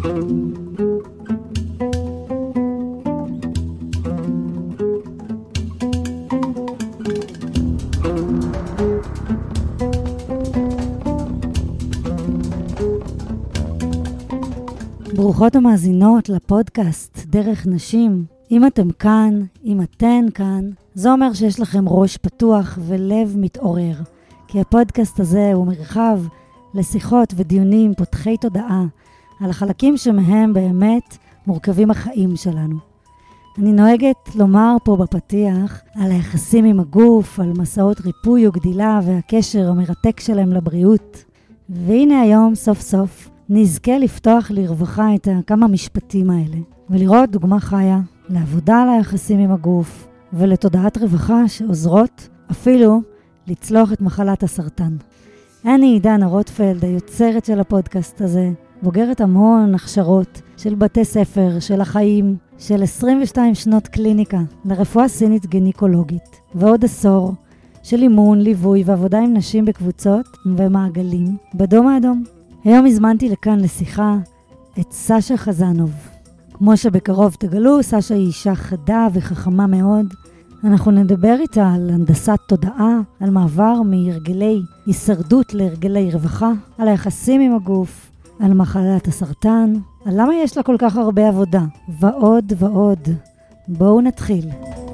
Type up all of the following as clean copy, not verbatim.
ברוכות המאזינות לפודקאסט דרך נשים. אם אתם כאן, אם אתן כאן, זה אומר שיש לכם ראש פתוח ולב מתעורר. כי הפודקאסט הזה הוא מרחב לשיחות ודיונים פותחי תודעה על החלקים שמהם באמת מורכבים החיים שלנו. אני נוהגת לומר פה בפתיח על היחסים עם הגוף, על מסעות ריפוי וגדילה והקשר המרתק שלהם לבריאות. והנה היום סוף סוף נזכה לפתוח לרווחה את כמה משפטים האלה, ולראות דוגמה חיה לעבודה על היחסים עם הגוף, ולתודעת רווחה שעוזרות אפילו לצלוח את מחלת הסרטן. אני דנה רוטפלד, היוצרת של הפודקאסט הזה, בוגרת המון הכשרות של בתי ספר, של החיים, של 22 שנות קליניקה לרפואה סינית גינקולוגית, ועוד עשור של אימון, ליווי ועבודה עם נשים בקבוצות ומעגלים בדום האדום. היום הזמנתי לכאן לשיחה את סשה חזנוב. כמו שבקרוב תגלו, סשה היא אישה חדה וחכמה מאוד. אנחנו נדבר איתה על הנדסת תודעה, על מעבר מהרגלי הישרדות להרגלי רווחה, על היחסים עם הגוף, על מחלת הסרטן, על למה יש לה כל כך הרבה עבודה, ועוד ועוד. בואו נתחיל.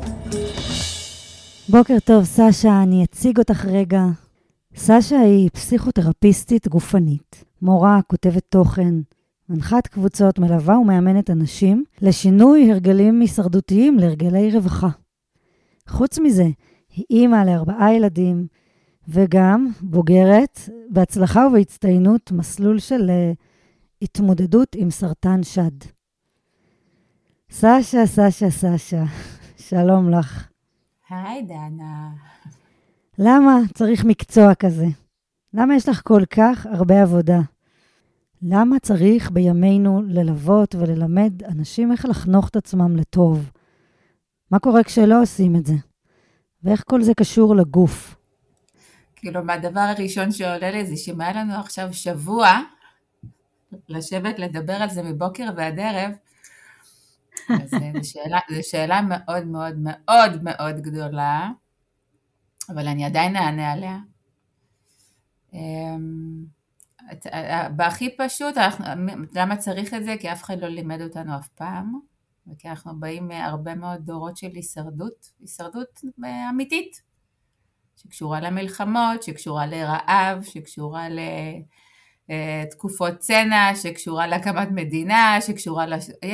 בוקר טוב סשה, אני אציג אותך רגע. סשה היא פסיכותרפיסטית גופנית, מורה, כותבת תוכן, מנחת קבוצות, מלווה ומאמנת אנשים לשינוי הרגלים הישרדותיים להרגלי רווחה. חוץ מזה, היא אימא ל4 ילדים, וגם בוגרת בהצלחה ובהצטיינות מסלול של התמודדות עם סרטן שד. סשה, שלום לך. היי דנה. למה צריך מקצוע כזה? למה יש לך כל כך הרבה עבודה? למה צריך בימינו ללוות וללמד אנשים איך לחנוך את עצמם לטוב? מה קורה כשלא עושים את זה? ואיך כל זה קשור לגוף? כאילו, הדבר הראשון שעולה לי זה שאם היה לנו עכשיו שבוע לשבת לדבר על זה מבוקר ועד ערב, אז זו שאלה מאוד מאוד מאוד מאוד גדולה, אבל אני עדיין אענה עליה. בהכי פשוט, למה צריך את זה? כי אף אחד לא לימד אותנו אף פעם, וכי אנחנו באים מהרבה מאוד דורות של הישרדות אמיתית, שקשורה למלחמות, שקשורה לרעב, שקשורה לתקופות צנע, שקשורה להקמת מדינה, שקשורה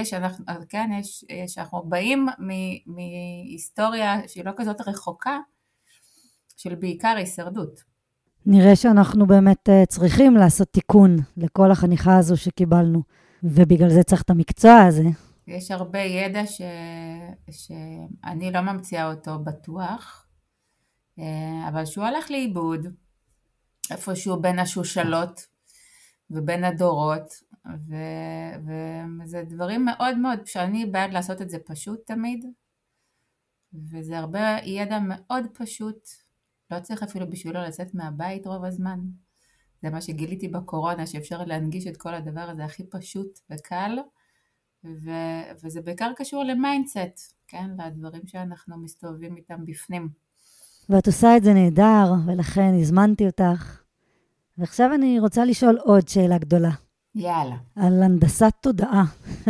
אנחנו באים מהיסטוריה שהיא לא כזאת רחוקה, של בעיקר הישרדות. נראה שאנחנו באמת צריכים לעשות תיקון לכל החניכה הזו שקיבלנו, ובגלל זה צריך את המקצוע הזה. יש הרבה ידע שאני לא ממציאה אותו בטוח, אבל שהוא הלך לאיבוד, איפשהו בין השושלות ובין הדורות, וזה דברים מאוד מאוד, שאני בעד לעשות את זה פשוט תמיד, וזה הרבה ידע מאוד פשוט, לא צריך אפילו בשבילו לצאת מהבית רוב הזמן. זה מה שגיליתי בקורונה, שאפשר להנגיש את כל הדבר הזה הכי פשוט וקל, וזה בעיקר קשור למיינדסט, כן? לדברים שאנחנו מסתובבים איתם בפנים. ואת עושה את זה נהדר, ולכן הזמנתי אותך. ועכשיו אני רוצה לשאול עוד שאלה גדולה. יאללה. על הנדסת תודעה.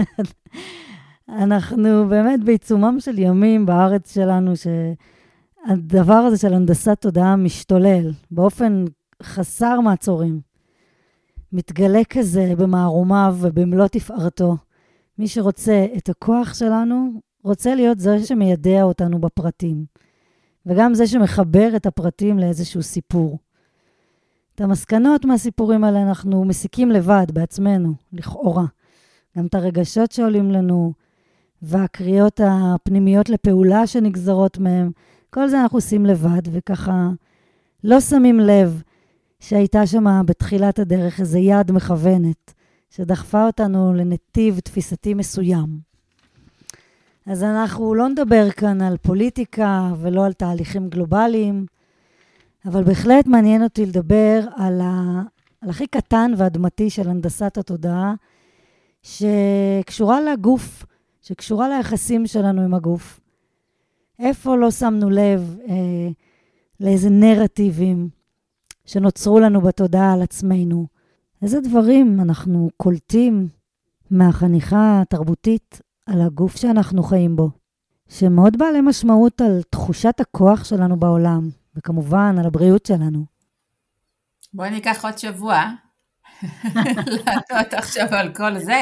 אנחנו באמת בעיצומם של ימים בארץ שלנו, שהדבר הזה של הנדסת תודעה משתולל, באופן חסר מעצורים. מתגלה כזה במערומיו ובמלוא תפארתו. מי שרוצה את הכוח שלנו, רוצה להיות זה שמיידע אותנו בפרטים. וגם זה שמחבר את הפרטים לאיזשהו סיפור. את המסקנות מהסיפורים האלה אנחנו מסיקים לבד בעצמנו, לכאורה. גם את הרגשות שעולים לנו, והקריאות הפנימיות לפעולה שנגזרות מהם, כל זה אנחנו עושים לבד, וככה לא שמים לב שהייתה שם בתחילת הדרך איזו יד מכוונת, שדחפה אותנו לנתיב תפיסתי מסוים. אז אנחנו לא נדבר כאן על פוליטיקה ולא על תהליכים גלובליים, אבל בהחלט מעניין אותי לדבר על הכי קטן ואדמתי של הנדסת התודעה, שקשורה לגוף, שקשורה ליחסים שלנו עם הגוף. איפה לא שמנו לב לאיזה נרטיבים שנוצרו לנו בתודעה על עצמנו? איזה דברים אנחנו קולטים מהחניכה התרבותית על הגוף שאנחנו חיים בו, שמאוד בעלי משמעות על תחושת הכוח שלנו בעולם, וכמובן על הבריאות שלנו. בואי ניקח עוד שבוע, לענות עכשיו על כל זה.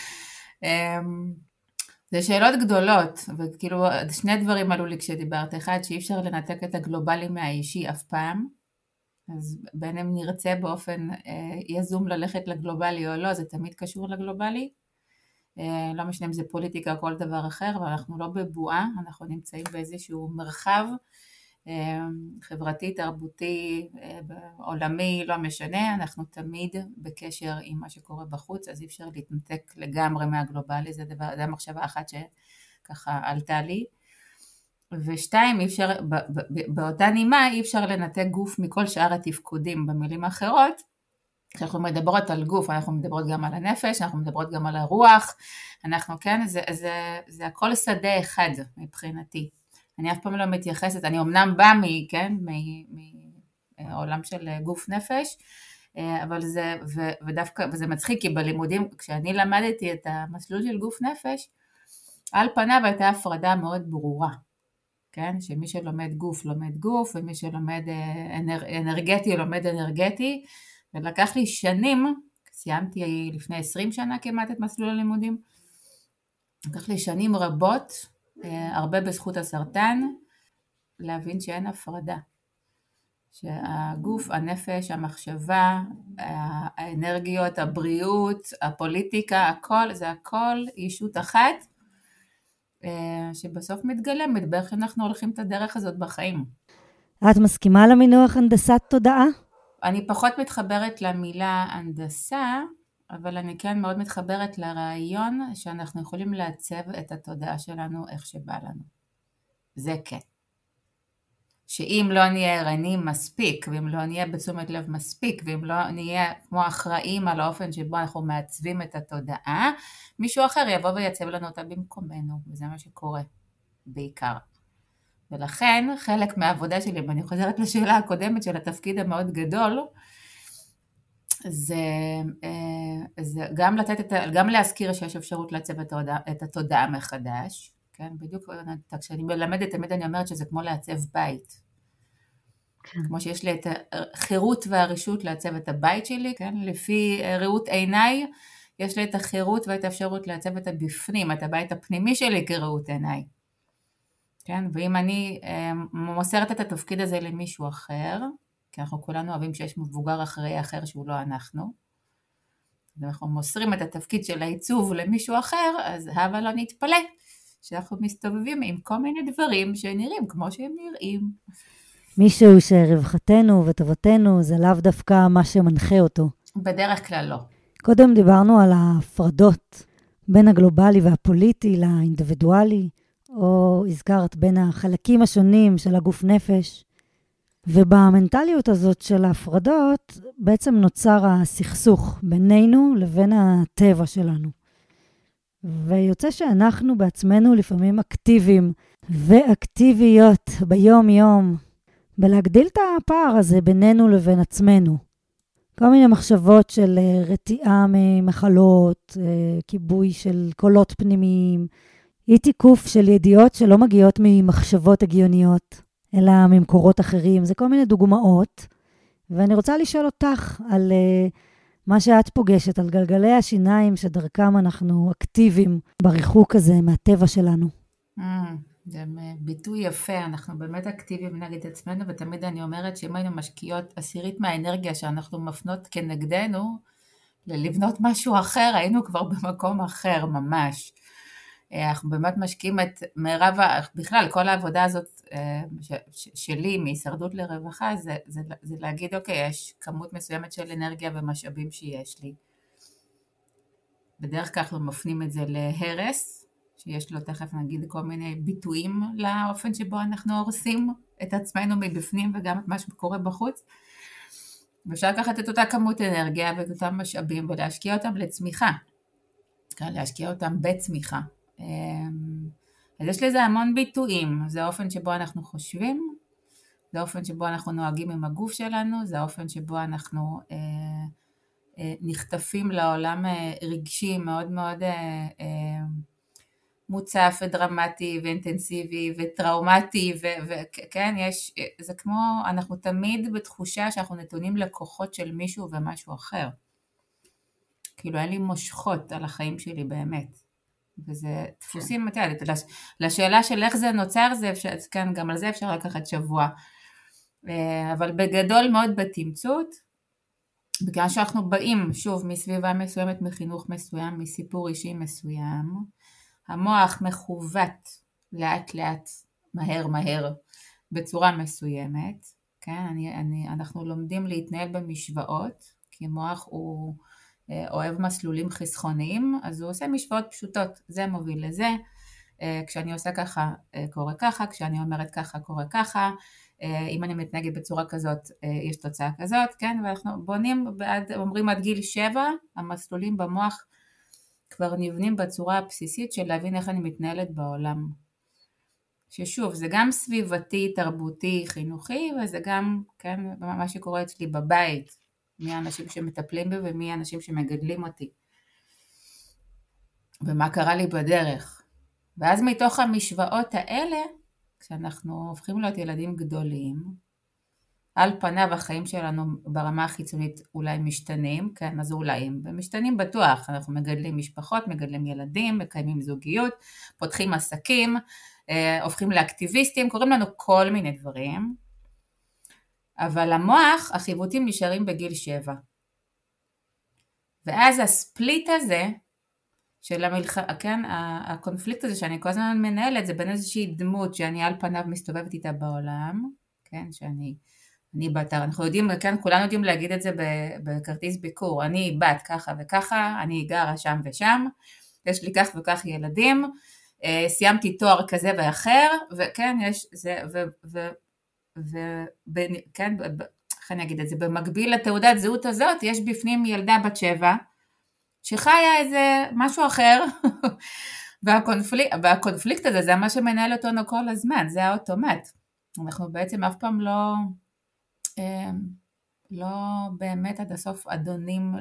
זה שאלות גדולות, וכאילו שני דברים עלו לי כשדיברת. אחד, שאי אפשר לנתק את הגלובלי מהאישי אף פעם, אז בין אם נרצה באופן יזום ללכת לגלובלי או לא, זה תמיד קשור לגלובלי. לא משנה אם זה פוליטיקה או כל דבר אחר, אבל אנחנו לא בבועה, אנחנו נמצאים באיזשהו מרחב חברתי, תרבותי, עולמי, לא משנה, אנחנו תמיד בקשר עם מה שקורה בחוץ, אז אי אפשר להתנתק לגמרי מהגלובלי, זה מחשבה אחת שככה עלתה לי. ושתיים, אי אפשר, באותה נימה אי אפשר לנתק גוף מכל שאר התפקודים. במילים אחרות, כשאנחנו מדברות על גוף, אנחנו מדברות גם על הנפש, אנחנו מדברות גם על הרוח, אנחנו כן, זה הכל שדה אחד מבחינתי. אני אף פעם לא מתייחסת, אני אמנם באה מעולם של גוף נפש, אבל זה, ודווקא, וזה מצחיק, כי בלימודים, כשאני למדתי את המסלול של גוף נפש, על פניו הייתה הפרדה מאוד ברורה, כן? שמי שלומד גוף לומד גוף, ומי שלומד אנרגטי לומד אנרגטי, ולקח לי שנים, סיימתי לפני 20 שנה כמעט את מסלול הלימודים, לקח לי שנים רבות, הרבה בזכות הסרטן, להבין שאין הפרדה. שהגוף, הנפש, המחשבה, האנרגיות, הבריאות, הפוליטיקה, הכל, זה הכל ישות אחת, שבסוף מתגלמת באיך אנחנו הולכים את הדרך הזאת בחיים. את מסכימה למינוח הנדסת תודעה? אני פחות מתחברת למילה הנדסה, אבל אני כן מאוד מתחברת לרעיון שאנחנו יכולים לעצב את התודעה שלנו איך שבא לנו. זה כן. שאם לא נהיה ערניים מספיק, ואם לא נהיה בתשומת לב מספיק, ואם לא נהיה כמו אחראים על האופן שבו אנחנו מעצבים את התודעה, מישהו אחר יבוא ויעצב לנו אותה במקומנו, וזה מה שקורה בעיקר. ולכן חלק מהעבודה שלי, ואני חוזרת לשאלה הקודמת של התפקיד המאוד גדול, זה גם להזכיר שיש אפשרות לעצב את התודעה מחדש, כן, בדיוק כשאני מלמדת תמיד אני אומרת שזה כמו לעצב בית, כן. כמו שיש לי את החירות והרשות לעצב את הבית שלי, כן, לפי ראות עיניי, יש לי את החירות ואת האפשרות לעצב את הבפנים, את הבית הפנימי שלי כראות עיניי, כן, ואם אני מוסרת את התפקיד הזה למישהו אחר, כי אנחנו כולנו אוהבים שיש מבוגר אחרי אחר שהוא לא אנחנו, אנחנו מוסרים את התפקיד של העיצוב למישהו אחר, אז הבה לא נתפלא שאנחנו מסתובבים עם כל מיני דברים שנראים כמו שהם נראים. מישהו שרווחתנו וטובתנו זה לאו דווקא מה שמנחה אותו. בדרך כלל לא. קודם דיברנו על ההפרדות בין הגלובלי והפוליטי לאינדיבידואלי, או הזכרת בין החלקים השונים של הגוף נפש, ובמנטליות הזאת של ההפרדות בעצם נוצר הסכסוך בינינו לבין הטבע שלנו. ויוצא שאנחנו בעצמנו לפעמים אקטיביים ואקטיביות ביום יום, בלהגדיל את הפער הזה בינינו לבין עצמנו. כל מיני מחשבות של רתיעה ממחלות, כיבוי של קולות פנימיים, אי תיקוף של ידיעות שלא מגיעות ממחשבות הגיוניות, אלא ממקורות אחרים. זה כל מיני דוגמאות. ואני רוצה לשאול אותך על מה שאת פוגשת, על גלגלי השיניים שדרכם אנחנו אקטיביים בריחוק הזה מהטבע שלנו. זה ביטוי יפה, אנחנו באמת אקטיביים נגד עצמנו, ותמיד אני אומרת שאם היינו משקיעות 10% מהאנרגיה שאנחנו מפנות כנגדנו, לבנות משהו אחר, היינו כבר במקום אחר ממש. אנחנו באמת משקיעים את מירב, בכלל כל העבודה הזאת שלי מהישרדות לרווחה, זה להגיד אוקיי, יש כמות מסוימת של אנרגיה ומשאבים שיש לי. בדרך כלל אנחנו מפנים את זה להרס, שיש לו תכף נגיד כל מיני ביטויים לאופן שבו אנחנו הורסים את עצמנו מבפנים וגם את מה שקורה בחוץ. ואפשר לקחת את אותה כמות אנרגיה ואת אותם משאבים ולהשקיע אותם לצמיחה. להשקיע אותם בצמיחה. אז יש לזה המון ביטויים, זה האופן שבו אנחנו חושבים, זה האופן שבו אנחנו נוהגים עם הגוף שלנו, זה האופן שבו אנחנו נחטפים לעולם רגשי מאוד מאוד מוצף ודרמטי ואינטנסיבי וטראומטי, וכן, זה כמו, אנחנו תמיד בתחושה שאנחנו נתונים לכוחות של מישהו ומשהו אחר. כאילו אין לי מושכות על החיים שלי באמת. וזה דפוסים, לשאלה של איך זה נוצר, כן, גם על זה אפשר לקחת שבוע. אבל בגדול מאוד בתמצות, בגלל שאנחנו באים שוב מסביבה מסוימת, מחינוך מסוים, מסיפור אישי מסוים, המוח מכוות לאט לאט, מהר מהר, בצורה מסוימת, כן? אנחנו לומדים להתנהל במשוואות, כי מוח הוא אוהב מסלולים חסכוניים, אז הוא עושה משוואות פשוטות, זה מוביל לזה, כשאני עושה ככה קורה ככה, כשאני אומרת ככה קורה ככה, אם אני מתנהגת בצורה כזאת יש תוצאה כזאת, כן? ואנחנו בונים, אומרים עד גיל 7, המסלולים במוח כבר נבנים בצורה הבסיסית של להבין איך אני מתנהלת בעולם. ששוב, זה גם סביבתי, תרבותי, חינוכי, וזה גם, כן, מה שקורה אצלי בבית, מי האנשים שמטפלים בי ומי האנשים שמגדלים אותי. ומה קרה לי בדרך. ואז מתוך המשוואות האלה, כשאנחנו הופכים להיות ילדים גדולים, על פניו החיים שלנו ברמה החיצונית אולי משתנים, כן, אז אולי הם משתנים בטוח, אנחנו מגדלים משפחות, מגדלים ילדים, מקיימים זוגיות, פותחים עסקים, הופכים לאקטיביסטים, קוראים לנו כל מיני דברים, אבל המוח, החיווטים נשארים בגיל 7. ואז הספליט הזה, של כן, הקונפליקט הזה שאני כל הזמן מנהלת, זה בין איזושהי דמות שאני על פניו מסתובבת איתה בעולם, כן, שאני בת, אנחנו יודעים, כן, כולנו יודעים להגיד את זה בכרטיס ביקור, אני בת ככה וככה, אני גרה שם ושם, יש לי כך וכך ילדים, סיימתי תואר כזה ואחר, וכן, יש זה, כן, איך אני אגיד את זה, במקביל לתעודת זהות הזאת, יש בפנים ילדה בת 7, שחיה איזה משהו אחר, והקונפליקט הזה, זה מה שמנהל אותנו כל הזמן, זה האוטומט. אנחנו בעצם אף פעם לא באמת עד הסוף אדונים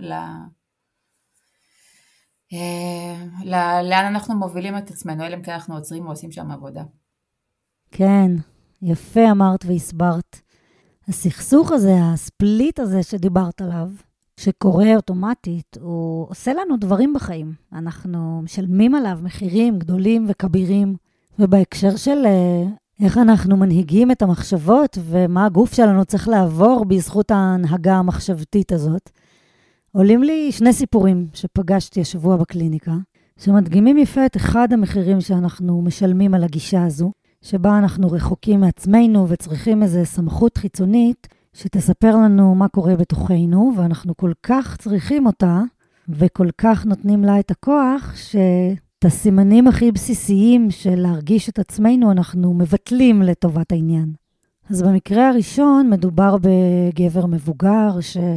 לאן אנחנו מובילים את עצמנו, אלא אם כן אנחנו עוצרים ועושים שם עבודה. כן, יפה אמרת והסברת. הסכסוך הזה, הספליט הזה שדיברת עליו, שקורה אוטומטית, הוא עושה לנו דברים בחיים. אנחנו משלמים עליו מחירים גדולים וכבירים, ובהקשר של איך אנחנו מנהיגים את המחשבות, ומה הגוף שלנו צריך לעבור בזכות ההנהגה המחשבתית הזאת, עולים לי 2 סיפורים שפגשתי השבוע בקליניקה, שמדגימים יפה את אחד המחירים שאנחנו משלמים על הגישה הזו, שבה אנחנו רחוקים מעצמנו וצריכים איזו סמכות חיצונית, שתספר לנו מה קורה בתוכנו, ואנחנו כל כך צריכים אותה, וכל כך נותנים לה את הכוח, שאת הסימנים הכי בסיסיים של להרגיש את עצמנו, אנחנו מבטלים לטובת העניין. אז במקרה הראשון מדובר בגבר מבוגר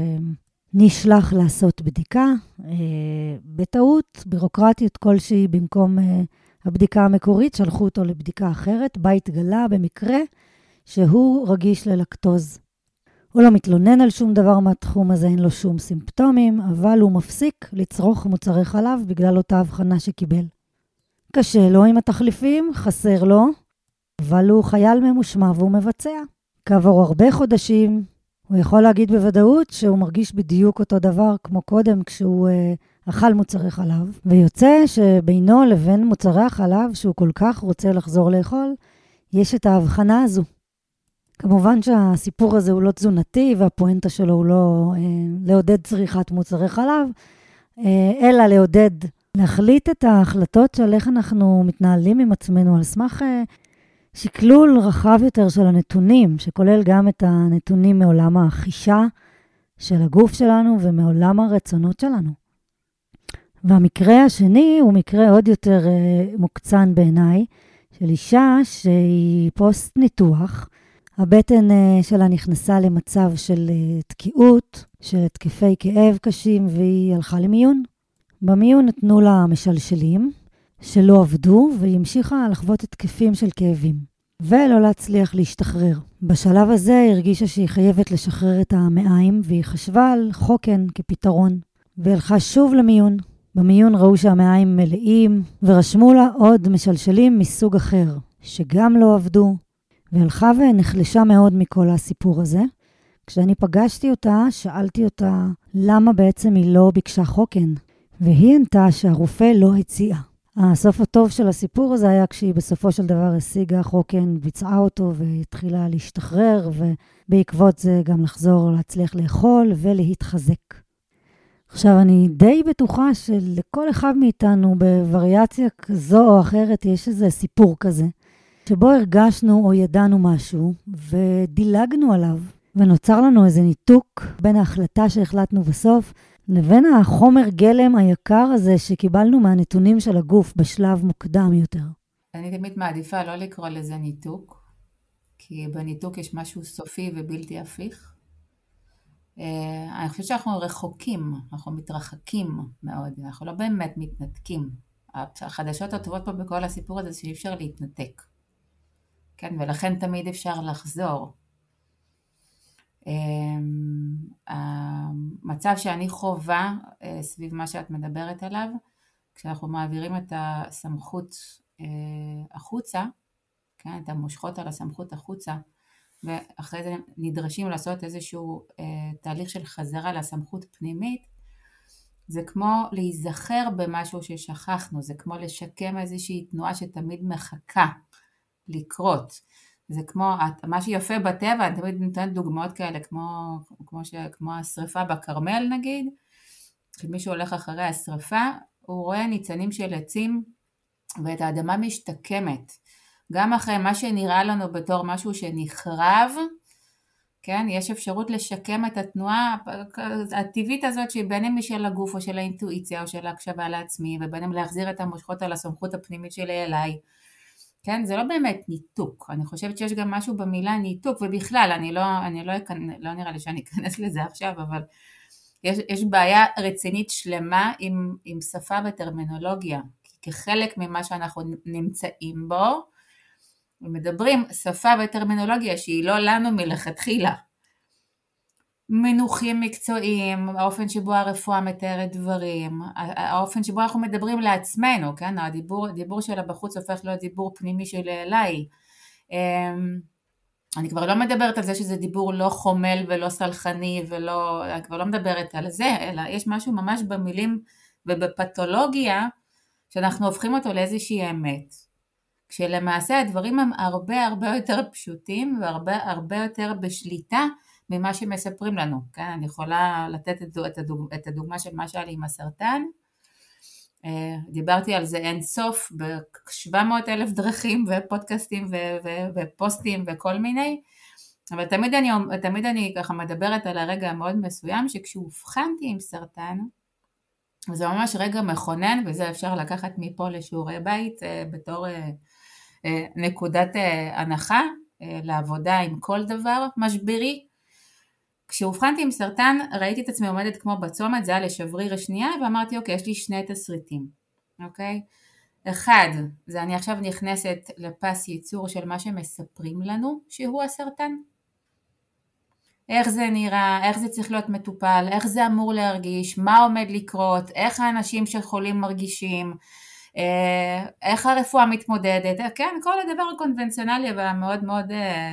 שנשלח לעשות בדיקה, בטעות, בירוקרטיות כלשהי במקום הבדיקה המקורית, שלחו אותו לבדיקה אחרת, בה התגלה במקרה שהוא רגיש ללקטוז. הוא לא מתלונן על שום דבר מהתחום הזה, אין לו שום סימפטומים, אבל הוא מפסיק לצרוך מוצרי חלב בגלל אותה הבחנה שקיבל. קשה לו עם התחליפים, חסר לו, אבל הוא חייל ממושמע והוא מבצע. כעבור הרבה חודשים, הוא יכול להגיד בוודאות שהוא מרגיש בדיוק אותו דבר כמו קודם כשהוא אכל מוצרי חלב, ויוצא שבינו לבין מוצרי החלב שהוא כל כך רוצה לחזור לאכול, יש את ההבחנה הזו. כמובן שהסיפור הזה הוא לא תזונתי, והפואנטה שלו הוא לא לעודד צריכת מוצרי חלב, אלא לעודד, להחליט את ההחלטות של איך אנחנו מתנהלים עם עצמנו על סמך שקלול רחב יותר של הנתונים, שכולל גם את הנתונים מעולם החישה של הגוף שלנו ומעולם הרצונות שלנו. והמקרה השני הוא מקרה עוד יותר מוקצן בעיניי, של אישה שהיא פוסט ניתוח, הבטן שלה נכנסה למצב של תקיעות, של התקפי כאב קשים, והיא הלכה למיון. במיון נתנו לה משלשלים שלא עבדו, והיא המשיכה לחוות התקפים של כאבים, ולא להצליח להשתחרר. בשלב הזה היא הרגישה שהיא חייבת לשחרר את המעיים, והיא חשבה על חוקן כפתרון, והלכה שוב למיון. במיון ראו שהמעיים מלאים, ורשמו לה עוד משלשלים מסוג אחר, שגם לא עבדו, והלכה ונחלשה מאוד מכל הסיפור הזה. כשאני פגשתי אותה, שאלתי אותה למה בעצם היא לא ביקשה חוקן, והיא ענתה שהרופא לא הציעה. הסוף הטוב של הסיפור הזה היה כשהיא בסופו של דבר השיגה חוקן, ביצעה אותו והתחילה להשתחרר, ובעקבות זה גם לחזור להצליח לאכול ולהתחזק. עכשיו אני די בטוחה שלכל אחד מאיתנו בווריאציה כזו או אחרת יש איזה סיפור כזה, שבו הרגשנו או ידענו משהו ודילגנו עליו, ונוצר לנו איזה ניתוק בין ההחלטה שהחלטנו בסוף, לבין החומר גלם היקר הזה שקיבלנו מהנתונים של הגוף בשלב מוקדם יותר. אני תמיד מעדיפה לא לקרוא לזה ניתוק, כי בניתוק יש משהו סופי ובלתי הפיך. אני חושבת שאנחנו רחוקים, אנחנו מתרחקים מאוד, אנחנו לא באמת מתנתקים. החדשות הטובות פה בכל הסיפור הזה שאי אפשר להתנתק. כן, ולכן תמיד אפשר לחזור. המצב שאני חובה סביב מה שאת מדברת עליו, כשאנחנו מעבירים את הסמכות החוצה, כן, את המושכות על הסמכות החוצה, ואחרי זה נדרשים לעשות איזשהו תהליך של חזרה לסמכות פנימית, זה כמו להיזכר במשהו ששכחנו, זה כמו לשקם איזושהי תנועה שתמיד מחכה לקרות. זה כמו, מה שיפה בטבע, אני תמיד נותנת דוגמאות כאלה, כמו השריפה בכרמל נגיד, כשמישהו הולך אחרי השריפה, הוא רואה ניצנים של עצים, ואת האדמה משתקמת. גם אחרי מה שנראה לנו בתור משהו שנחרב, כן, יש אפשרות לשקם את התנועה הטבעית הזאת, שבין אם היא של הגוף או של האינטואיציה או של ההקשבה לעצמי, ובין אם להחזיר את המושכות על הסמכות הפנימית שלי אליי. כן, זה לא באמת ניתוק. אני חושבת שיש גם משהו במילה ניתוק, ובכלל, לא נראה לי שאני אכנס לזה עכשיו, אבל יש בעיה רצינית שלמה עם שפה וטרמינולוגיה, כי כחלק ממה שאנחנו נמצאים בו, ומדברים שפה וטרמינולוגיה שהיא לא לנו מלכתחילה. מנוחים מקצועיים, האופן שבו הרפואה מתארת דברים, האופן שבו אנחנו מדברים לעצמנו, כן? הדיבור שלה בחוץ הופך להיות דיבור פנימי של אליי. אני כבר לא מדברת על זה שזה דיבור לא חומל ולא סלחני, אני כבר לא מדברת על זה, אלא יש משהו ממש במילים ובפתולוגיה, שאנחנו הופכים אותו לאיזושהי אמת. כשלמעשה הדברים הם הרבה הרבה יותר פשוטים, והרבה הרבה יותר בשליטה, ממה שמספרים לנו, כן? אני יכולה לתת את הדוגמה של מה שהיה לי עם הסרטן, דיברתי על זה אין סוף, ב-700,000 דרכים ופודקאסטים ופוסטים וכל מיני, אבל תמיד אני ככה מדברת על הרגע המאוד מסוים, שכשהובחנתי עם סרטן, וזה ממש רגע מכונן, וזה אפשר לקחת מפה לשיעורי בית, בתור נקודת הנחה, לעבודה עם כל דבר משברי. כשהובחנתי עם סרטן, ראיתי את עצמי עומדת כמו בצומת, זה היה לשבריר השנייה, ואמרתי, אוקיי, יש לי שני תסריטים, אוקיי? אחד, זה אני עכשיו נכנסת לפס ייצור של מה שמספרים לנו שהוא הסרטן. איך זה נראה, איך זה צריך להיות מטופל, איך זה אמור להרגיש, מה עומד לקרות, איך האנשים שחולים מרגישים, איך הרפואה מתמודדת, כן, כל הדבר הקונבנציונלי והמאוד מאוד,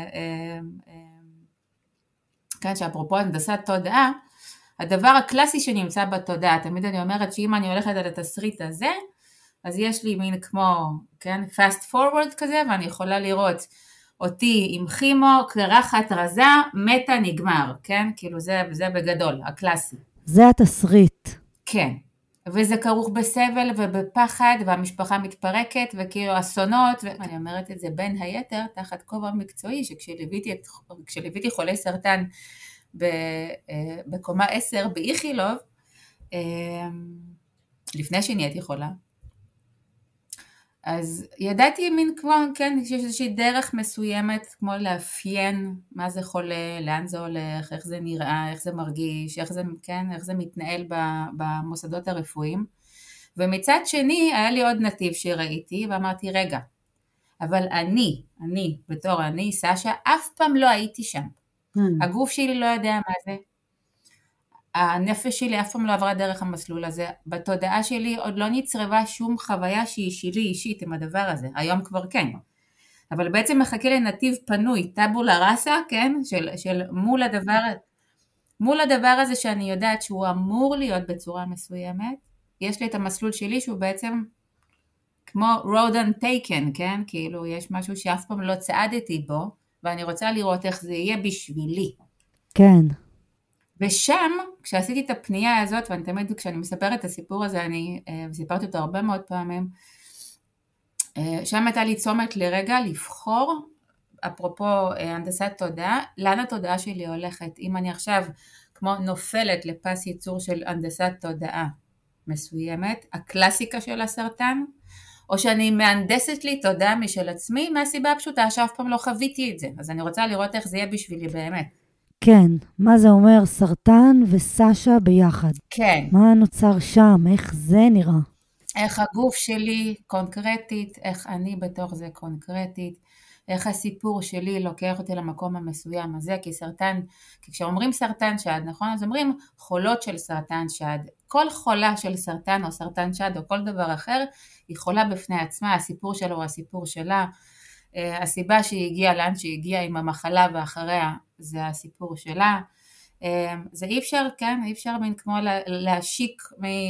כן, שאפרופו הנדסת תודעה, הדבר הקלאסי שנמצא בתודעה, תמיד אני אומרת שאם אני הולכת על התסריט הזה, אז יש לי מין כמו, כן, fast forward כזה, ואני יכולה לראות אותי עם כימו, קרחת רזה, מתה נגמר, כן, כאילו זה בגדול, הקלאסי. זה התסריט. כן. וזה כרוך בסבל ובפחד, והמשפחה מתפרקת, וכאילו אסונות, ואני אומרת את זה בין היתר, תחת כובע מקצועי, שכשליוויתי חולי סרטן בקומה 10 באיכילוב, לפני שנהייתי חולה, אז ידעתי מין כמו, כן, שיש איזושהי דרך מסוימת, כמו לאפיין מה זה חולה, לאן זה הולך, איך זה נראה, איך זה מרגיש, איך זה מתנהל במוסדות הרפואיים. ומצד שני היה לי עוד נתיב שראיתי ואמרתי רגע, אבל אני בתור אני סשה אף פעם לא הייתי שם, הגוף שלי לא יודע מה זה, הנפש שלי אף פעם לא עברה דרך המסלול הזה, בתודעה שלי עוד לא נצרבה שום חוויה שהיא שלי אישית עם הדבר הזה, היום כבר כן, אבל בעצם מחכה לי נתיב פנוי, טאבולה ראסה, כן, של מול הדבר הזה שאני יודעת שהוא אמור להיות בצורה מסוימת, יש לי את המסלול שלי שהוא בעצם כמו road untaken, כן, כאילו יש משהו שאף פעם לא צעדתי בו, ואני רוצה לראות איך זה יהיה בשבילי. כן. ושם, כשעשיתי את הפנייה הזאת, ואני תמיד כשאני מספרת את הסיפור הזה, אני סיפרתי אותו הרבה מאוד פעמים, שם הייתה לי צומת לרגע לבחור, אפרופו הנדסת תודעה, לאן התודעה שלי הולכת. אם אני עכשיו כמו נופלת לפס ייצור של הנדסת תודעה מסוימת, הקלאסיקה של הסרטן, או שאני מהנדסת לי תודעה משל עצמי, מהסיבה הפשוטה שאף פעם לא חוויתי את זה. אז אני רוצה לראות איך זה יהיה בשבילי באמת. כן, מה זה אומר סרטן וסשה ביחד? כן. מה נוצר שם? איך זה נראה? איך הגוף שלי קונקרטית, איך אני בתוך זה קונקרטית, איך הסיפור שלי לוקח אותי למקום המסוים הזה, כי כשאומרים סרטן שד, נכון? אז אומרים חולות של סרטן שד. כל חולה של סרטן או סרטן שד או כל דבר אחר, היא חולה בפני עצמה, הסיפור שלו או הסיפור שלה, הסיבה שהיא הגיעה לאן שהיא הגיעה עם המחלה ואחריה, זה הסיפור שלה. זה אי אפשר, כן, אי אפשר כמו להשיק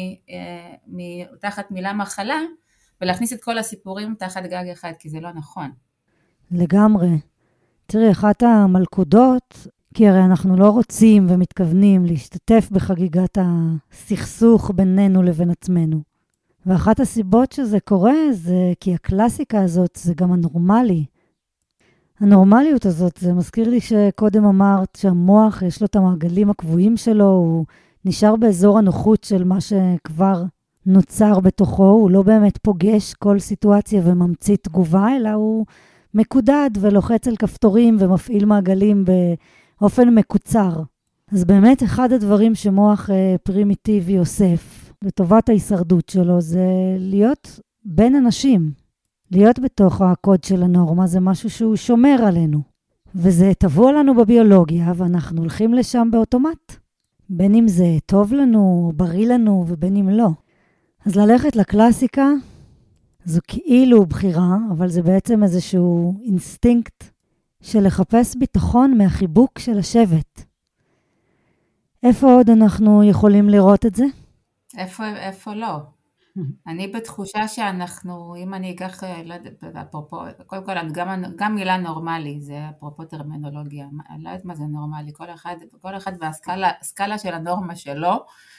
תחת מילה מחלה, ולהכניס את כל הסיפורים תחת גג אחד, כי זה לא נכון. לגמרי. תראי, אחת המלכודות, כי הרי אנחנו לא רוצים ומתכוונים להשתתף בחגיגת הסכסוך בינינו לבין עצמנו. ואחת הסיבות שזה קורה זה כי הקלאסיקה הזאת זה גם הנורמלי. הנורמליות הזאת, זה מזכיר לי שקודם אמרת שהמוח יש לו את המעגלים הקבועים שלו, הוא נשאר באזור הנוחות של מה שכבר נוצר בתוכו, הוא לא באמת פוגש כל סיטואציה וממציא תגובה, אלא הוא מקודד ולוחץ על כפתורים ומפעיל מעגלים באופן מקוצר. אז באמת אחד הדברים שמוח פרימיטיבי אוסף לטובת ההישרדות שלו זה להיות בין אנשים. להיות בתוך הקוד של הנורמה זה משהו שהוא שומר עלינו. וזה טבוע לנו בביולוגיה ואנחנו הולכים לשם באוטומט. בין אם זה טוב לנו, בריא לנו ובין אם לא. אז ללכת לקלאסיקה זו כאילו בחירה, אבל זה בעצם איזשהו אינסטינקט של לחפש ביטחון מהחיבוק של השבט. איפה עוד אנחנו יכולים לראות את זה? איפה לא? אני בתחושה שאנחנו, אם אני אקח, לא יודעת, אפרופו, קודם כל, גם מילה נורמלי, זה אפרופו טרמינולוגיה, אני לא יודעת מה זה נורמלי, כל אחד והסקאלה של הנורמה שלו.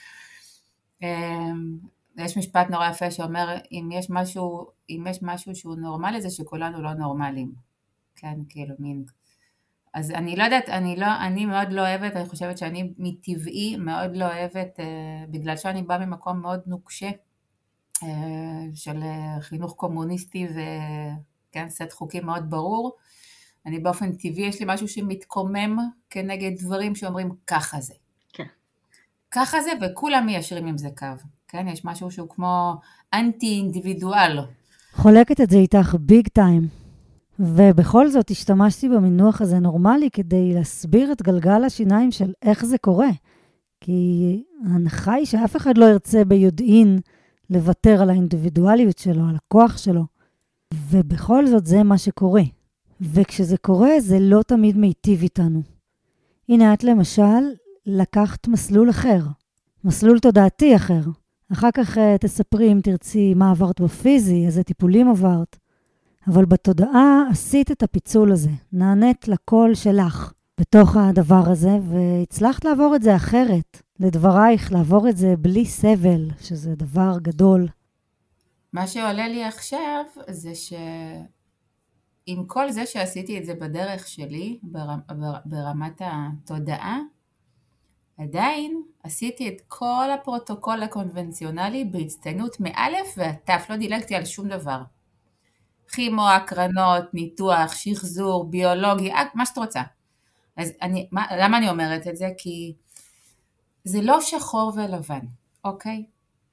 יש משפט נורא יפה שאומר, אם יש משהו שהוא נורמלי, זה שכולנו לא נורמליים. כן, כאילו מין. אז אני לא יודעת, אני מאוד לא אוהבת, אני חושבת שאני מטבעי מאוד לא אוהבת, בגלל שאני באה ממקום מאוד נוקשה, של חינוך קומוניסטי וכן, סט חוקים מאוד ברור. אני באופן טבעי, יש לי משהו שמתקומם כנגד דברים שאומרים ככה זה. כן. ככה זה, וכולם מיישרים עם זה קו. כן, יש משהו שהוא כמו אנטי אינדיבידואל. חולקת את זה איתך ביג טיים. ובכל זאת השתמשתי במינוח הזה נורמלי כדי להסביר את גלגל השיניים של איך זה קורה. כי ההנחה היא שאף אחד לא ירצה ביודעין לוותר על האינדיבידואליות שלו, על הכוח שלו. ובכל זאת זה מה שקורה. וכשזה קורה זה לא תמיד מיטיב איתנו. הנה את למשל לקחת מסלול אחר. מסלול תודעתי אחר. אחר כך תספרי אם תרצי מה עברת בפיזי, איזה טיפולים עברת. אבל בתודעה עשית את הפיצול הזה. נענית לקול שלך בתוך הדבר הזה, והצלחת לעבור את זה אחרת. לדברייך, לעבור את זה בלי סבל, שזה דבר גדול. מה שעולה לי עכשיו זה שעם כל זה שעשיתי את זה בדרך שלי, ברמת התודעה, עדיין עשיתי את כל הפרוטוקול הקונבנציונלי בהצטיינות מאלף ועד תף, לא דילגתי על שום דבר. כימו, הקרנות, ניתוח, שחזור, ביולוגי, מה שאת רוצה. אז למה אני אומרת את זה? כי זה לא שחור ולבן, אוקיי?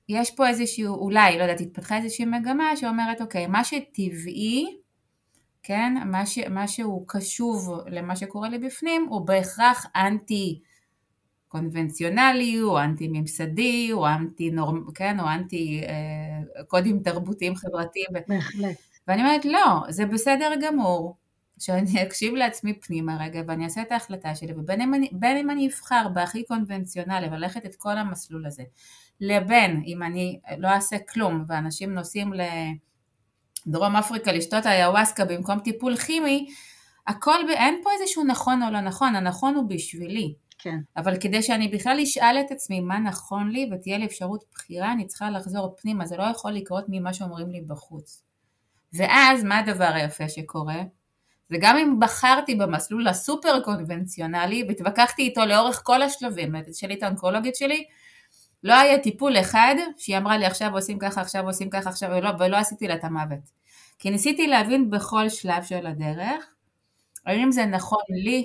יש פה איזשהו, אולי, לא יודעת, התפתחה איזושהי מגמה שאומרת, אוקיי, מה שטבעי, כן, מה שהוא קשוב למה שקורה לי בפנים, הוא בהכרח אנטי קונבנציונלי, או אנטי ממסדי, או אנטי כן, או אנטי קודים תרבותיים חברתיים. בהחלט. ואני אומרת, לא, זה בסדר גמור, שאני אקשיב לעצמי פנימה רגע, ואני אעשה את ההחלטה שלי, ובין אם אני אבחר בהכי קונבנציונלי, וללכת את כל המסלול הזה, לבין אם אני לא אעשה כלום, ואנשים נוסעים לדרום אפריקה לשתות איוואסקה במקום טיפול כימי, אין פה איזשהו נכון או לא נכון, הנכון הוא בשבילי. כן. אבל כדי שאני בכלל אשאל את עצמי מה נכון לי, ותהיה לי אפשרות בחירה, אני צריכה לחזור פנימה, זה לא יכול לקרות ממה שאומרים לי בחוץ. ואז מה הדבר היפה שקורה? זה גם אם בחרתי במסלול הסופר קונבנציונלי, והתווכחתי איתו לאורך כל השלבים, שלי את האונקולוגית שלי, לא היה טיפול אחד שהיא אמרה לי עכשיו עושים ככה, עכשיו עושים ככה, עכשיו ולא עשיתי לה את המוות. כי ניסיתי להבין בכל שלב של הדרך, האם זה נכון לי,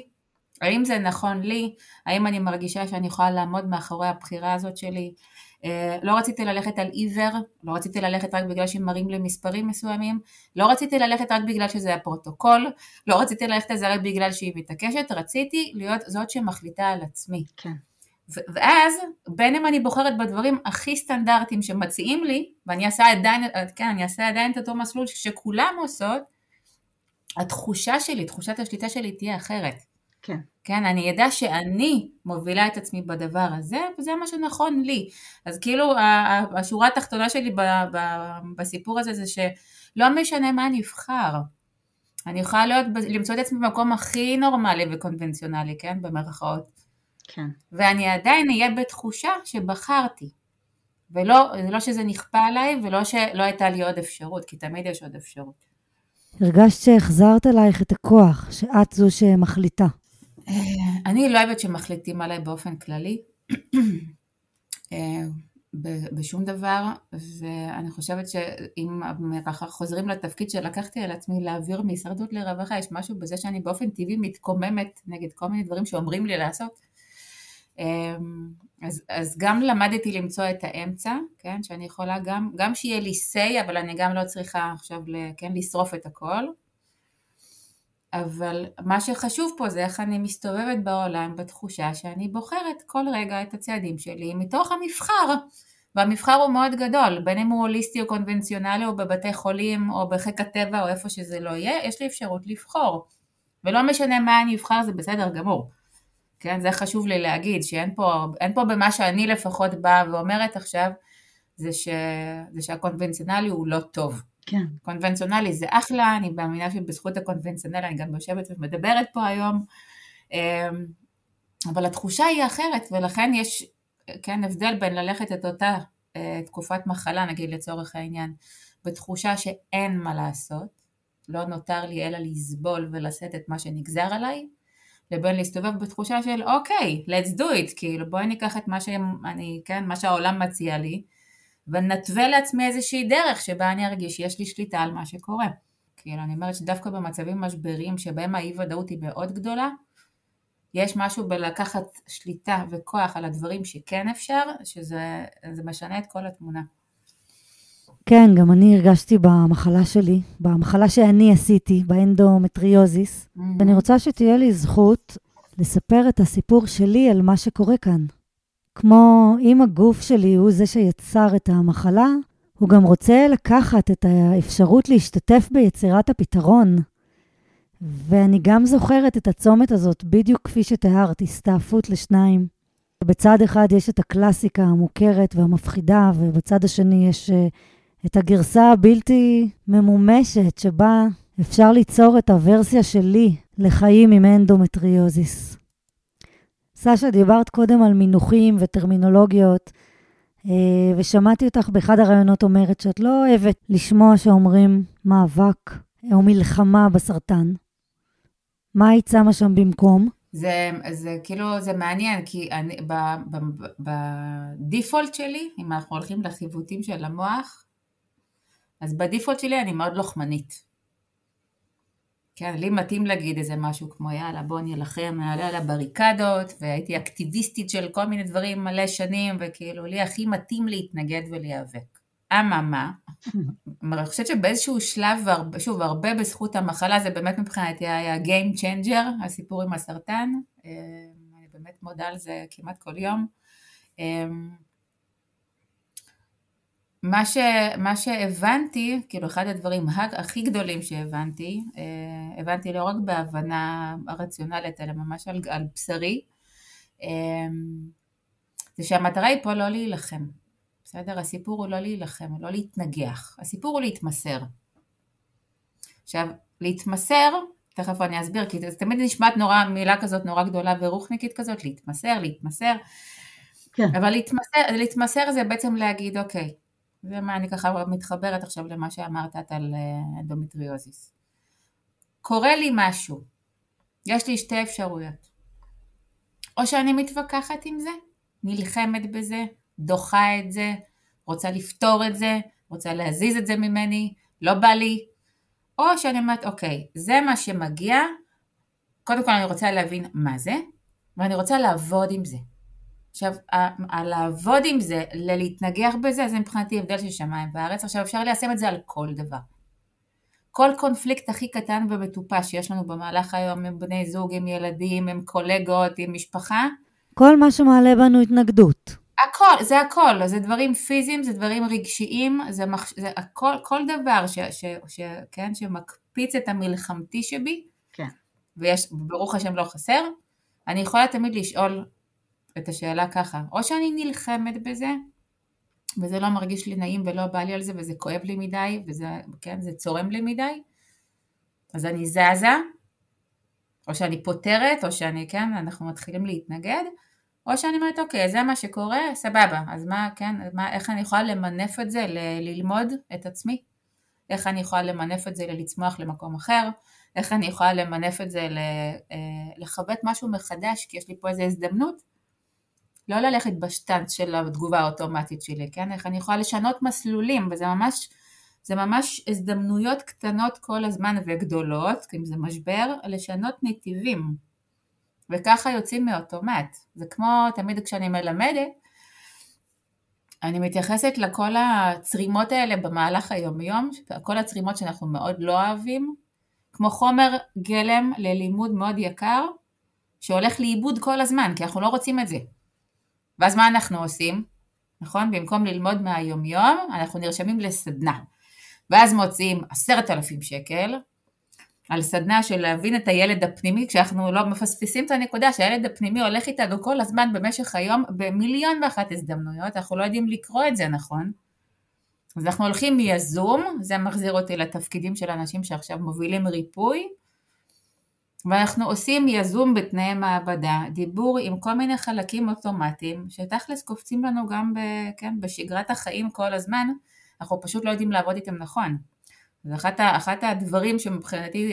האם אני מרגישה שאני יכולה לעמוד מאחורי הבחירה הזאת שלי, לא רציתי ללכת על עיוור, לא רציתי ללכת רק בגלל שמראים לי מספרים מסוימים, לא רציתי ללכת רק בגלל שזה הפרוטוקול, לא רציתי ללכת על זה רק בגלל שהיא מתעקשת, רציתי להיות זאת שמחליטה על עצמי. כן. ואז בין אם אני בוחרת בדברים הכי סטנדרטיים שמציעים לי, ואני אעשה עדיין את אותו מסלול שכולם עושות, התחושה שלי, תחושת השליטה שלי תהיה אחרת. כן. כן, אני ידע שאני מובילה את עצמי בדבר הזה, וזה מה שנכון לי. אז כאילו, השורה התחתונה שלי בסיפור הזה, זה שלא משנה מה אני אבחר. אני יכולה למצוא את עצמי במקום הכי נורמלי וקונבנציונלי, כן, במרכאות. כן. ואני עדיין אהיה בתחושה שבחרתי. ולא שזה נכפה עליי, ולא שלא הייתה לי עוד אפשרות, כי תמיד יש עוד אפשרות. הרגשת שהחזרת עלייך את הכוח, שאת זו שמחליטה. אני לא אוהבת שמחליטים עליי באופן כללי, בשום דבר, ואני חושבת שאם ככה חוזרים לתפקיד שלקחתי על עצמי להעביר מהישרדות לרווחה, יש משהו בזה שאני באופן טבעי מתקוממת נגד כל מיני דברים שאומרים לי לעשות. אז גם למדתי למצוא את האמצע, כן, שאני יכולה גם שיהיה לי say, אבל אני גם לא צריכה עכשיו לשרוף את הכל. אבל מה שחשוב פה זה איך אני מסתובבת בעולם בתחושה שאני בוחרת כל רגע את הצעדים שלי מתוך המבחר, והמבחר הוא מאוד גדול, בין אם הוא הוליסטי או קונבנציונלי או בבתי חולים או בחיק הטבע או איפה שזה לא יהיה, יש לי אפשרות לבחור, ולא משנה מה אני אבחר, זה בסדר גמור. כן, זה חשוב לי להגיד, שאין פה במה שאני לפחות באה ואומרת עכשיו, זה שהקונבנציונלי הוא לא טוב. כן. קונבנציונלי זה אחלה, אני מאמינה שבזכות הקונבנציונלי אני גם יושבת ומדברת פה היום, אבל התחושה היא אחרת, ולכן יש, כן, הבדל בין ללכת את אותה תקופת מחלה, נגיד לצורך העניין, בתחושה שאין מה לעשות, לא נותר לי אלא לסבול ולשאת את מה שנגזר עליי, לבין להסתובב בתחושה של אוקיי, let's do it, כאילו בואי ניקח את מה שהעולם מציע לי, ונתווה לעצמי איזושהי דרך שבה אני ארגיש שיש לי שליטה על מה שקורה. כאילו אני אומרת שדווקא במצבים משבריים שבהם האי ודאות היא מאוד גדולה, יש משהו בלקחת שליטה וכוח על הדברים שכן אפשר, שזה משנה את כל התמונה. כן, גם אני הרגשתי במחלה שלי, במחלה שאני עשיתי, באנדומטריוזיס, ואני רוצה שתהיה לי זכות לספר את הסיפור שלי על מה שקורה כאן. כמו אם הגוף שלי הוא זה שיצר את המחלה, הוא גם רוצה לקחת את האפשרות להשתתף ביצירת הפתרון. ואני גם זוכרת את הצומת הזאת, בדיוק כפי שתיארת, הסתעפות לשניים. בצד אחד יש את הקלאסיקה המוכרת והמפחידה, ובצד השני יש את הגרסה הבלתי ממומשת, שבה אפשר ליצור את הוורסיה שלי לחיים עם אנדומטריוזיס. סשה, דיברת קודם על מינוחים וטרמינולוגיות, ושמעתי אותך באחד הרעיונות אומרת שאת לא אוהבת לשמוע שאומרים מאבק או מלחמה בסרטן. מה היית שמה שם במקום? זה כאילו, זה מעניין, כי בדיפולט שלי, אם אנחנו הולכים לחיווטים של המוח, אז בדיפולט שלי אני מאוד לוחמנית. כן, לי מתאים להגיד איזה משהו כמו יאללה בוא נלחם, נעלה על הבריקדות, והייתי אקטיביסטית של כל מיני דברים מלא שנים, וכאילו לי הכי מתאים להתנגד ולהיאבק. אממה, אני חושבת שבאיזשהו שלב, שוב, הרבה בזכות המחלה, זה באמת מבחינתי היה game changer, הסיפור עם הסרטן, אני באמת מודה על זה כמעט כל יום. מה שהבנתי, כאילו אחד הדברים הכי גדולים שהבנתי, הבנתי לא רק בהבנה הרציונלית, אלא ממש על בשרי, זה שהמטרה היא פה לא להילחם, בסדר? הסיפור הוא לא להילחם, הוא לא להתנגח, הסיפור הוא להתמסר. עכשיו, להתמסר, תכף אני אסביר, כי זה תמיד נשמעת מילה כזאת נורא גדולה ורוחניקית כזאת, להתמסר, כן. אבל להתמסר זה בעצם להגיד, אוקיי, זה מה אני ככה מתחברת עכשיו למה שאמרת על אנדומטריוזיס. קורה לי משהו, יש לי שתי אפשרויות. או שאני מתווכחת עם זה, נלחמת בזה, דוחה את זה, רוצה לפתור את זה, רוצה להזיז את זה ממני, לא בא לי. או שאני אומרת, אוקיי, זה מה שמגיע, קודם כל אני רוצה להבין מה זה, ואני רוצה לעבוד עם זה. עכשיו, לעבוד עם זה, להתנגח בזה, זה מבחינתי הבדל של שמיים בארץ. עכשיו אפשר ליישם את זה על כל דבר. כל קונפליקט הכי קטן ומטופש שיש לנו במהלך היום, עם בני זוג, עם ילדים, עם קולגות, עם משפחה. כל מה שמעלה בנו התנגדות. הכל, זה דברים פיזיים, זה דברים רגשיים, זה כל דבר כן, שמקפיץ את המלחמתי שבי, כן. ויש, ברוך השם לא חסר, אני יכולה תמיד לשאול את השאלה ככה, או שאני נלחמת בזה, וזה לא מרגיש לי נעים ולא בא לי על זה, וזה כואב לי מדי, וזה, כן, זה צורם לי מדי, אז אני זזה, או שאני פותרת, או שאני, כן, אנחנו מתחילים להתנגד, או שאני אומרת, אוקיי, זה מה שקורה, סבבה, אז מה, כן, איך אני יכולה למנף את זה, ללמוד את עצמי, איך אני יכולה למנף את זה לצמוח למקום אחר, איך אני יכולה למנף את זה לחוות משהו מחדש, כי יש לי פה איזו הזדמנות, לא ללכת בשטנץ של התגובה האוטומטית שלי, כן? איך אני יכולה לשנות מסלולים, וזה ממש הזדמנויות קטנות כל הזמן וגדולות, אם זה משבר, לשנות נתיבים, וככה יוצאים מאוטומט. זה כמו תמיד כשאני מלמדת, אני מתייחסת לכל הצרימות האלה במהלך היום-יום, כל הצרימות שאנחנו מאוד לא אוהבים, כמו חומר גלם ללימוד מאוד יקר, שהולך לאיבוד כל הזמן, כי אנחנו לא רוצים את זה. ואז מה אנחנו עושים? נכון? במקום ללמוד מהיום-יום, אנחנו נרשמים לסדנה. ואז מוצאים 10,000 שקל, על סדנה של להבין את הילד הפנימי, כשאנחנו לא מפספסים את הנקודה שהילד הפנימי הולך איתנו כל הזמן במשך היום, במיליון ואחת הזדמנויות, אנחנו לא יודעים לקרוא את זה נכון. אז אנחנו הולכים מיזום, זה מחזיר אותי לתפקידים של אנשים שעכשיו מובילים ריפוי, ואנחנו עושים יזום בתנאי מעבדה, דיבור עם כל מיני חלקים אוטומטיים, שתכלס קופצים לנו גם כן, בשגרת החיים כל הזמן, אנחנו פשוט לא יודעים לעבוד איתם נכון. אז אחת הדברים שמבחינתי,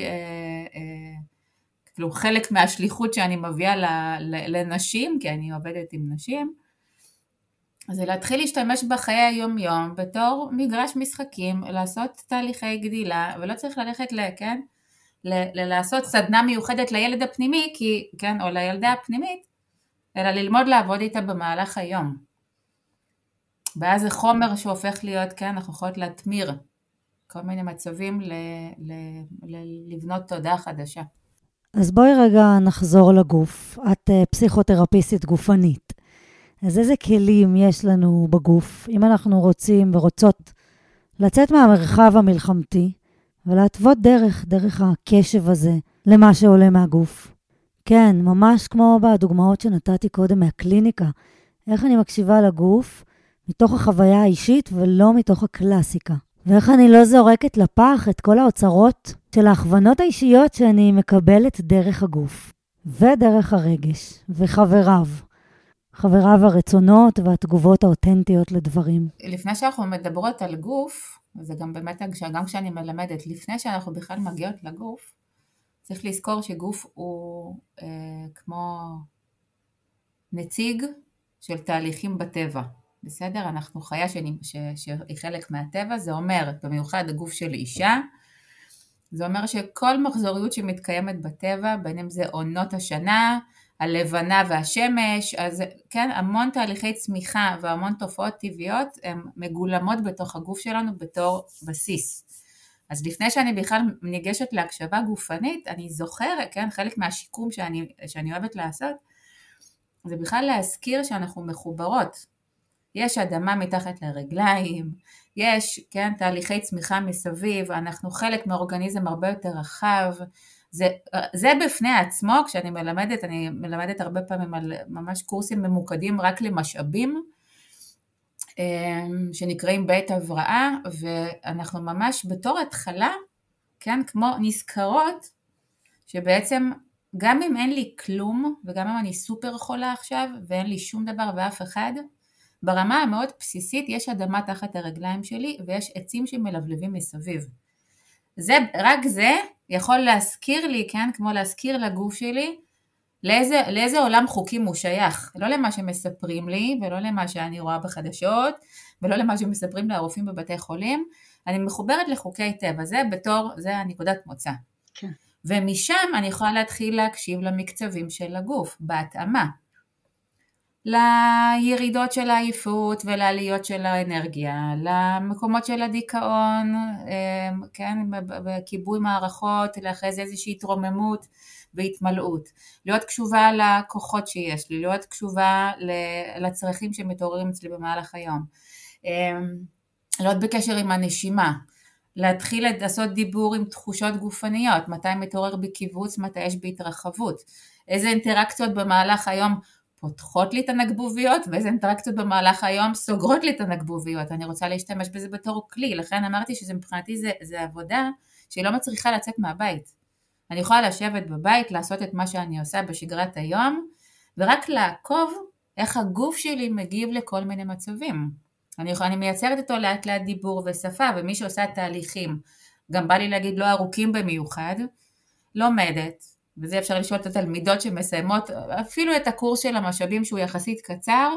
כאילו חלק מהשליחות שאני מביאה לנשים, כי אני עובדת עם נשים, זה להתחיל להשתמש בחיי היום-יום, בתור מגרש משחקים, לעשות תהליכי גדילה, ולא צריך ללכת כן? לעשות סדנה מיוחדת לילד הפנימי, כן, או לילדה הפנימית, אלא ללמוד לעבוד איתה במהלך היום. ואז זה חומר שהופך להיות, כן, אנחנו יכולות להתמיר כל מיני מצבים לבנות תודעה חדשה. אז בואי רגע נחזור לגוף. את פסיכותרפיסטית גופנית. אז איזה כלים יש לנו בגוף, אם אנחנו רוצים ורוצות לצאת מהמרחב המלחמתי, ולהתוות דרך הקשב הזה למה שעולה מהגוף. כן, ממש כמו בדוגמאות שנתתי קודם מהקליניקה, איך אני מקשיבה לגוף מתוך החוויה האישית ולא מתוך הקלאסיקה. ואיך אני לא זורקת לפח את כל האוצרות של ההכוונות האישיות שאני מקבלת דרך הגוף, ודרך הרגש, וחבריו. חבריו הרצונות והתגובות האותנטיות לדברים. לפני שאנחנו מדברות על גוף, וזה גם באמת, גם כשאני מלמדת, לפני שאנחנו בכלל מגיעות לגוף, צריך לזכור שגוף הוא כמו נציג של תהליכים בטבע. בסדר? אנחנו חיה שהיא חלק מהטבע, זה אומר, במיוחד הגוף של אישה, זה אומר שכל מחזוריות שמתקיימת בטבע, בין אם זה עונות השנה, הלבנה והשמש, אז כן, המון תהליכי צמיחה והמון תופעות טבעיות, הן מגולמות בתוך הגוף שלנו בתור בסיס. אז לפני שאני בכלל ניגשת להקשבה גופנית, אני זוכרת, כן, חלק מהשיקום שאני אוהבת לעשות, זה בכלל להזכיר שאנחנו מחוברות. יש אדמה מתחת לרגליים, יש, כן, תהליכי צמיחה מסביב, אנחנו חלק מאורגניזם הרבה יותר רחב, זה בפני עצמו, כשאני מלמדת, אני מלמדת הרבה פעמים על ממש קורסים ממוקדים רק למשאבים, שנקראים בית הבראה, ואנחנו ממש בתור התחלה, כן, כמו נזכרות, שבעצם גם אם אין לי כלום, וגם אם אני סופר חולה עכשיו, ואין לי שום דבר ואף אחד, ברמה המאוד בסיסית יש אדמה תחת הרגליים שלי, ויש עצים שמלבלבים מסביב. רק זה יכול להזכיר לי, כן, כמו להזכיר לגוף שלי, לאיזה עולם חוקים הוא שייך, לא למה שמספרים לי, ולא למה שאני רואה בחדשות, ולא למה שמספרים לרופאים בבתי חולים, אני מחוברת לחוקי טבע, זה הנקודת מוצא. כן. ומשם אני יכולה להתחיל להקשיב למקצבים של הגוף, בהתאמה. לירידות של העייפות ולעליות של האנרגיה, למקומות של הדיכאון, כן, בכיבוי מערכות, לאחרי זה איזושהי התרוממות והתמלאות. להיות קשובה לכוחות שיש לי, להיות קשובה לצרכים שמתעוררים אצלי במהלך היום. להיות בקשר עם הנשימה, להתחיל לעשות דיבור עם תחושות גופניות, מתי מתעורר בי קיבוץ, מתי יש בי התרחבות, איזה אינטראקציות במהלך היום פותחות לי את הנגבוביות, ואיזה אינטראקציות במהלך היום סוגרות לי את הנגבוביות, אני רוצה להשתמש בזה בתור כלי, לכן אמרתי שזה מבחינתי זה עבודה שהיא לא מצריכה לצאת מהבית, אני יכולה לשבת בבית, לעשות את מה שאני עושה בשגרת היום, ורק לעקוב איך הגוף שלי מגיב לכל מיני מצבים, אני מייצרת אותו לאט לאט דיבור ושפה, ומי שעושה תהליכים, גם בא לי להגיד לא ארוכים במיוחד, לומדת, וזה אפשר לשאול את התלמידות שמסיימות, אפילו את הקורס של המשאבים שהוא יחסית קצר,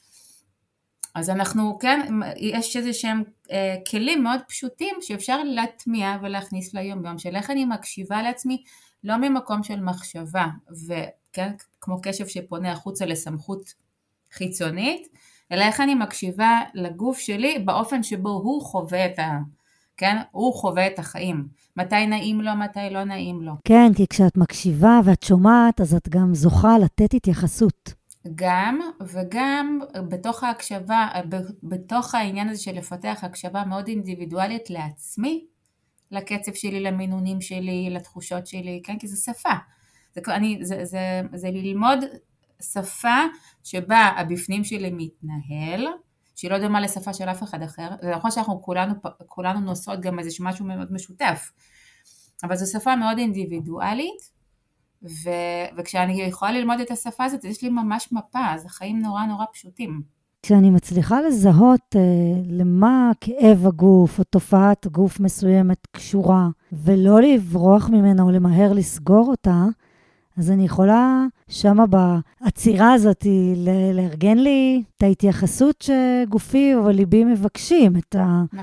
אז אנחנו, כן, יש איזה שהם כלים מאוד פשוטים שאפשר להטמיע ולהכניס ליום יום, של איך אני מקשיבה לעצמי, לא ממקום של מחשבה, וכן, כמו קשב שפונה החוצה לסמכות חיצונית, אלא איך אני מקשיבה לגוף שלי באופן שבו הוא חווה כן? הוא חווה את החיים. מתי נעים לו, מתי לא נעים לו. כן, כי כשאת מקשיבה ואת שומעת, אז את גם זוכה לתת התייחסות. גם, וגם בתוך ההקשבה, בתוך העניין הזה של לפתח הקשבה מאוד אינדיבידואלית לעצמי, לקצב שלי, למינונים שלי, לתחושות שלי, כן? כי זה שפה. זה ללמוד שפה שבה הבפנים שלי מתנהל, שהיא לא דומה לשפה של אף אחד אחר, זה נכון שאנחנו כולנו נוסעות גם איזה משהו מאוד משותף, אבל זו שפה מאוד אינדיבידואלית, וכשאני יכולה ללמוד את השפה הזאת, יש לי ממש מפה, אז החיים נורא נורא פשוטים. כשאני מצליחה לזהות למה כאב הגוף או תופעת גוף מסוימת קשורה, ולא לברוח ממנה או למהר לסגור אותה, אז אני יכולה שמה בעצירה הזאת לארגן לי את ההתייחסות שגופי או ליבי מבקשים, את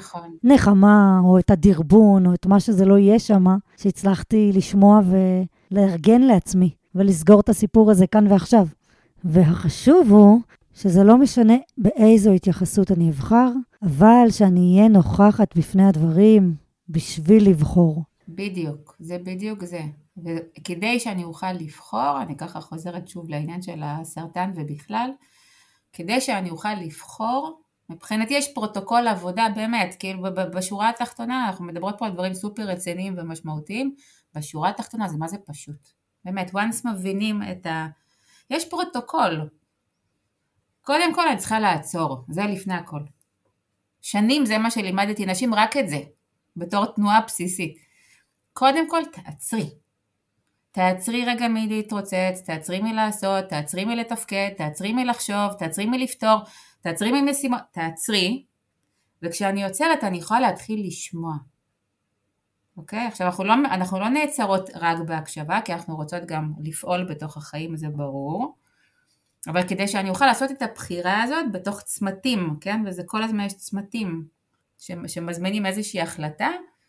הנחמה או את הדרבון או את מה שזה לא יהיה שמה, שהצלחתי לשמוע ולארגן לעצמי ולסגור את הסיפור הזה כאן ועכשיו. והחשוב הוא שזה לא משנה באיזו התייחסות אני אבחר, אבל שאני אהיה נוכחת בפני הדברים בשביל לבחור. בדיוק, זה בדיוק זה. וכדי שאני אוכל לבחור, אני ככה חוזרת שוב לעניין של הסרטן ובכלל, כדי שאני אוכל לבחור, מבחינתי יש פרוטוקול עבודה באמת, כאילו בשורה התחתונה, אנחנו מדברות פה על דברים סופר רציניים ומשמעותיים, בשורה התחתונה זה מה זה פשוט. באמת, once מבינים יש פרוטוקול. קודם כל אני צריכה לעצור, זה לפני הכל. שנים זה מה שלימדתי נשים, רק את זה, בתור תנועה בסיסית. קודם כל תעצרי. תעצרי רגע מלהתרוצץ, תעצרי מלעשות, תעצרי מלתפקד, תעצרי מלחשוב, תעצרי מלפתור, תעצרי ממשימות, תעצרי, וכשאני יוצרת אני יכולה להתחיל לשמוע. אוקיי? עכשיו אנחנו לא נעצרות רק בהקשבה, כי אנחנו רוצות גם לפעול בתוך החיים, זה ברור, אבל כדי שאני אוכל לעשות את הבחירה הזאת בתוך צמתים, כן? וזה כל הזמן יש צמתים שמזמינים איזושהי החלטה,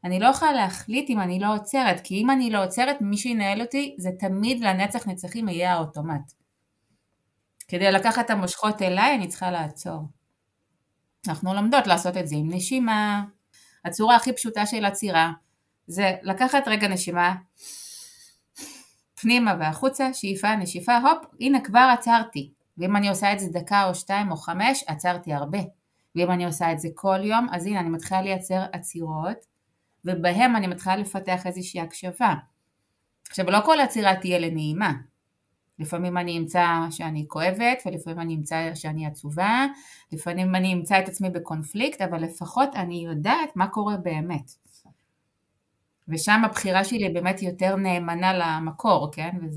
אני לא יכולה להחליט אם אני לא עוצרת, כי אם אני לא עוצרת, מי שינהל אותי, זה תמיד לנצח נצחים יהיה האוטומט. כדי לקחת את המושכות אליי, אני צריכה לעצור. אנחנו לומדות לעשות את זה עם נשימה. הצורה הכי פשוטה של עצירה, זה לקחת רגע נשימה, פנימה והחוצה, שאיפה, נשיפה, הופ, הנה כבר עצרתי. ואם אני עושה את זה דקה או 2 או 5, עצרתי הרבה. ואם אני עושה את זה כל יום, אז הנה אני מתחילה לייצר עצירות, ובהם אני מתחילה לפתח איזושהי הקשבה. עכשיו, לא כל עצירה תהיה לנעימה. לפעמים אני אמצא שאני כואבת, ולפעמים אני אמצא שאני עצובה, לפעמים אני אמצא את עצמי בקונפליקט, אבל לפחות אני יודעת מה קורה באמת. ושם הבחירה שלי באמת יותר נאמנה למקור, כן? וזה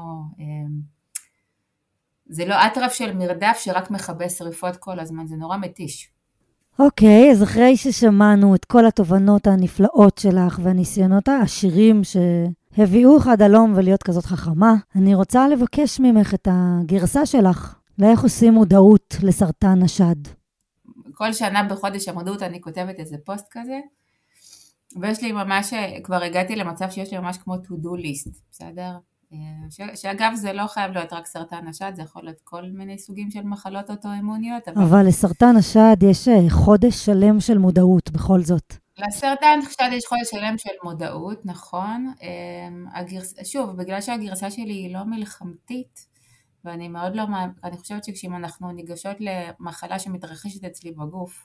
לא אטרף של מרדף שרק מכבה שריפות כל הזמן, זה נורא מתיש. אוקיי, אז אחרי ששמענו את כל התובנות הנפלאות שלך והניסיונות העשירים שהביאו עד הלום ולהיות כזאת חכמה, אני רוצה לבקש ממך את הגרסה שלך, לאיך עושים מודעות לסרטן השד. כל שנה בחודש המודעות אני כותבת איזה פוסט כזה, ויש לי ממש, כבר הגעתי למצב שיש לי ממש כמו to-do list, בסדר? שאגב זה לא חייב להיות רק סרטן השד, זה יכול להיות כל מיני סוגים של מחלות אוטואימוניות. אבל לסרטן השד יש חודש שלם של מודעות בכל זאת. לסרטן השד יש חודש שלם של מודעות, נכון. שוב, בגלל שהגרסה שלי היא לא מלחמתית, ואני מאוד לא, אני חושבת שכשאם אנחנו ניגשות למחלה שמתרחשת אצלי בגוף,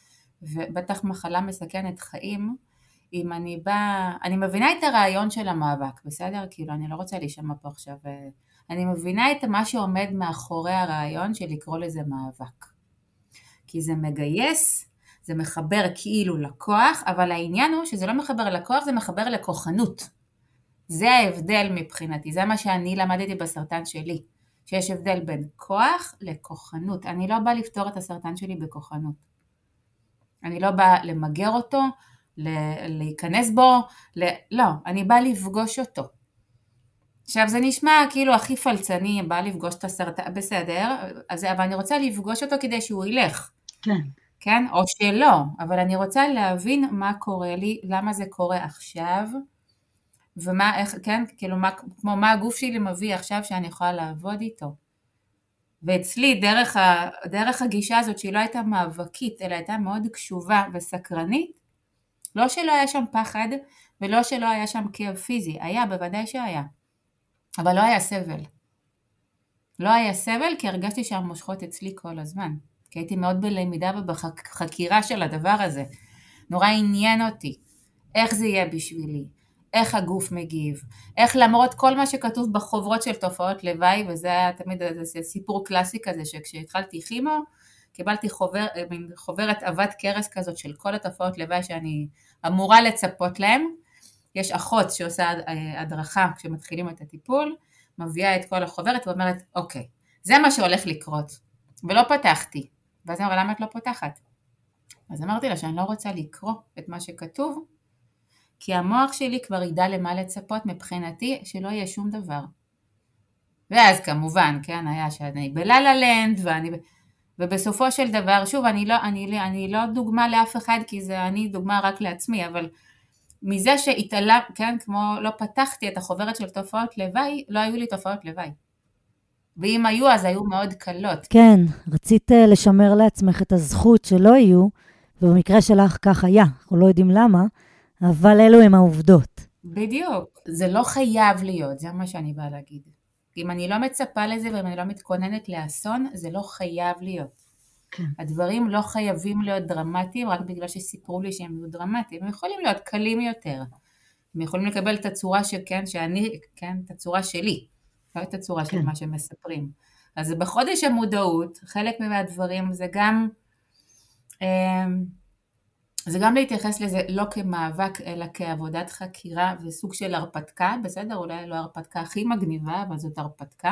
ובטח מחלה מסכנת חיים, אם אני מבינה את הרעיון של המאבק, בסדר? כאילו אני לא רוצה להישמע פה עכשיו, אני מבינה את מה שעומד מאחורי הרעיון של לקרוא לזה מאבק. כי זה מגייס, זה מחבר כאילו לכוח, אבל העניין הוא שזה לא מחבר לכוח, זה מחבר לכוחנות. זה ההבדל מבחינתי, זה מה שאני למדתי בסרטן שלי, שיש הבדל בין כוח לכוחנות. אני לא באה לפתור את הסרטן שלי בכוחנות. אני לא באה למגר אותו, להיכנס בו, לא, אני באה לפגוש אותו. עכשיו זה נשמע כאילו הכי פלצני, באה לפגוש את הסרטן, בסדר, אבל אני רוצה לפגוש אותו כדי שהוא ילך. כן. כן? או שלא, אבל אני רוצה להבין מה קורה לי, למה זה קורה עכשיו, ומה, איך, כן? כאילו, כמו מה הגוף שלי מביא עכשיו שאני יכולה לעבוד איתו. ואצלי, דרך הגישה הזאת, שהיא לא הייתה מאבקית, אלא הייתה מאוד קשובה וסקרנית, לא שלא היה שם פחד, ולא שלא היה שם כאב פיזי, היה, בוודאי שהיה. אבל לא היה סבל. לא היה סבל, כי הרגשתי שהמושכות אצלי כל הזמן. כי הייתי מאוד בלמידה ובחקירה של הדבר הזה. נורא עניין אותי. איך זה יהיה בשבילי? איך הגוף מגיב? איך למרות כל מה שכתוב בחוברות של תופעות לוואי, וזה היה תמיד איזה סיפור קלאסי כזה, שכשהתחלתי כימו, קיבלתי חוברת עבת קרס כזאת של כל התופעות לוואי שאני אמורה לצפות להם. יש אחות שעושה הדרכה כשמתחילים את הטיפול, מביאה את כל החוברת ואומרת, אוקיי, זה מה שהולך לקרות. ולא פתחתי. ואז אמרה, למה את לא פותחת? אז אמרתי לה שאני לא רוצה לקרוא את מה שכתוב, כי המוח שלי כבר ידע למה לצפות מבחינתי שלא יהיה שום דבר. ואז כמובן, כן, היה שאני בללה לנד, ובסופו של דבר, שוב, אני לא דוגמה לאף אחד, כי אני דוגמה רק לעצמי, אבל מזה שהתעלה, כן, כמו לא פתחתי את החוברת של תופעות לוואי, לא היו לי תופעות לוואי. ואם היו, אז היו מאוד קלות. כן, רצית לשמר לעצמך את הזכות שלא יהיו, ובמקרה שלך כך היה, אנחנו לא יודעים למה, אבל אלו הם העובדות. בדיוק, זה לא חייב להיות, זה מה שאני באה להגיד. אם אני לא מצפה לזה ואם אני לא מתכוננת לאסון, זה לא חייב להיות. כן. הדברים לא חייבים להיות דרמטיים, רק בגלל שסיפרו לי שהם יהיו דרמטיים, הם יכולים להיות קלים יותר. הם יכולים לקבל את הצורה את הצורה שלי, לא את הצורה של מה שמספרים. אז בחודש המודעות, חלק מהדברים זה גם להתייחס לזה לא כמאבק, אלא כעבודת חקירה וסוג של הרפתקה, בסדר? אולי לא הרפתקה הכי מגניבה, אבל זאת הרפתקה.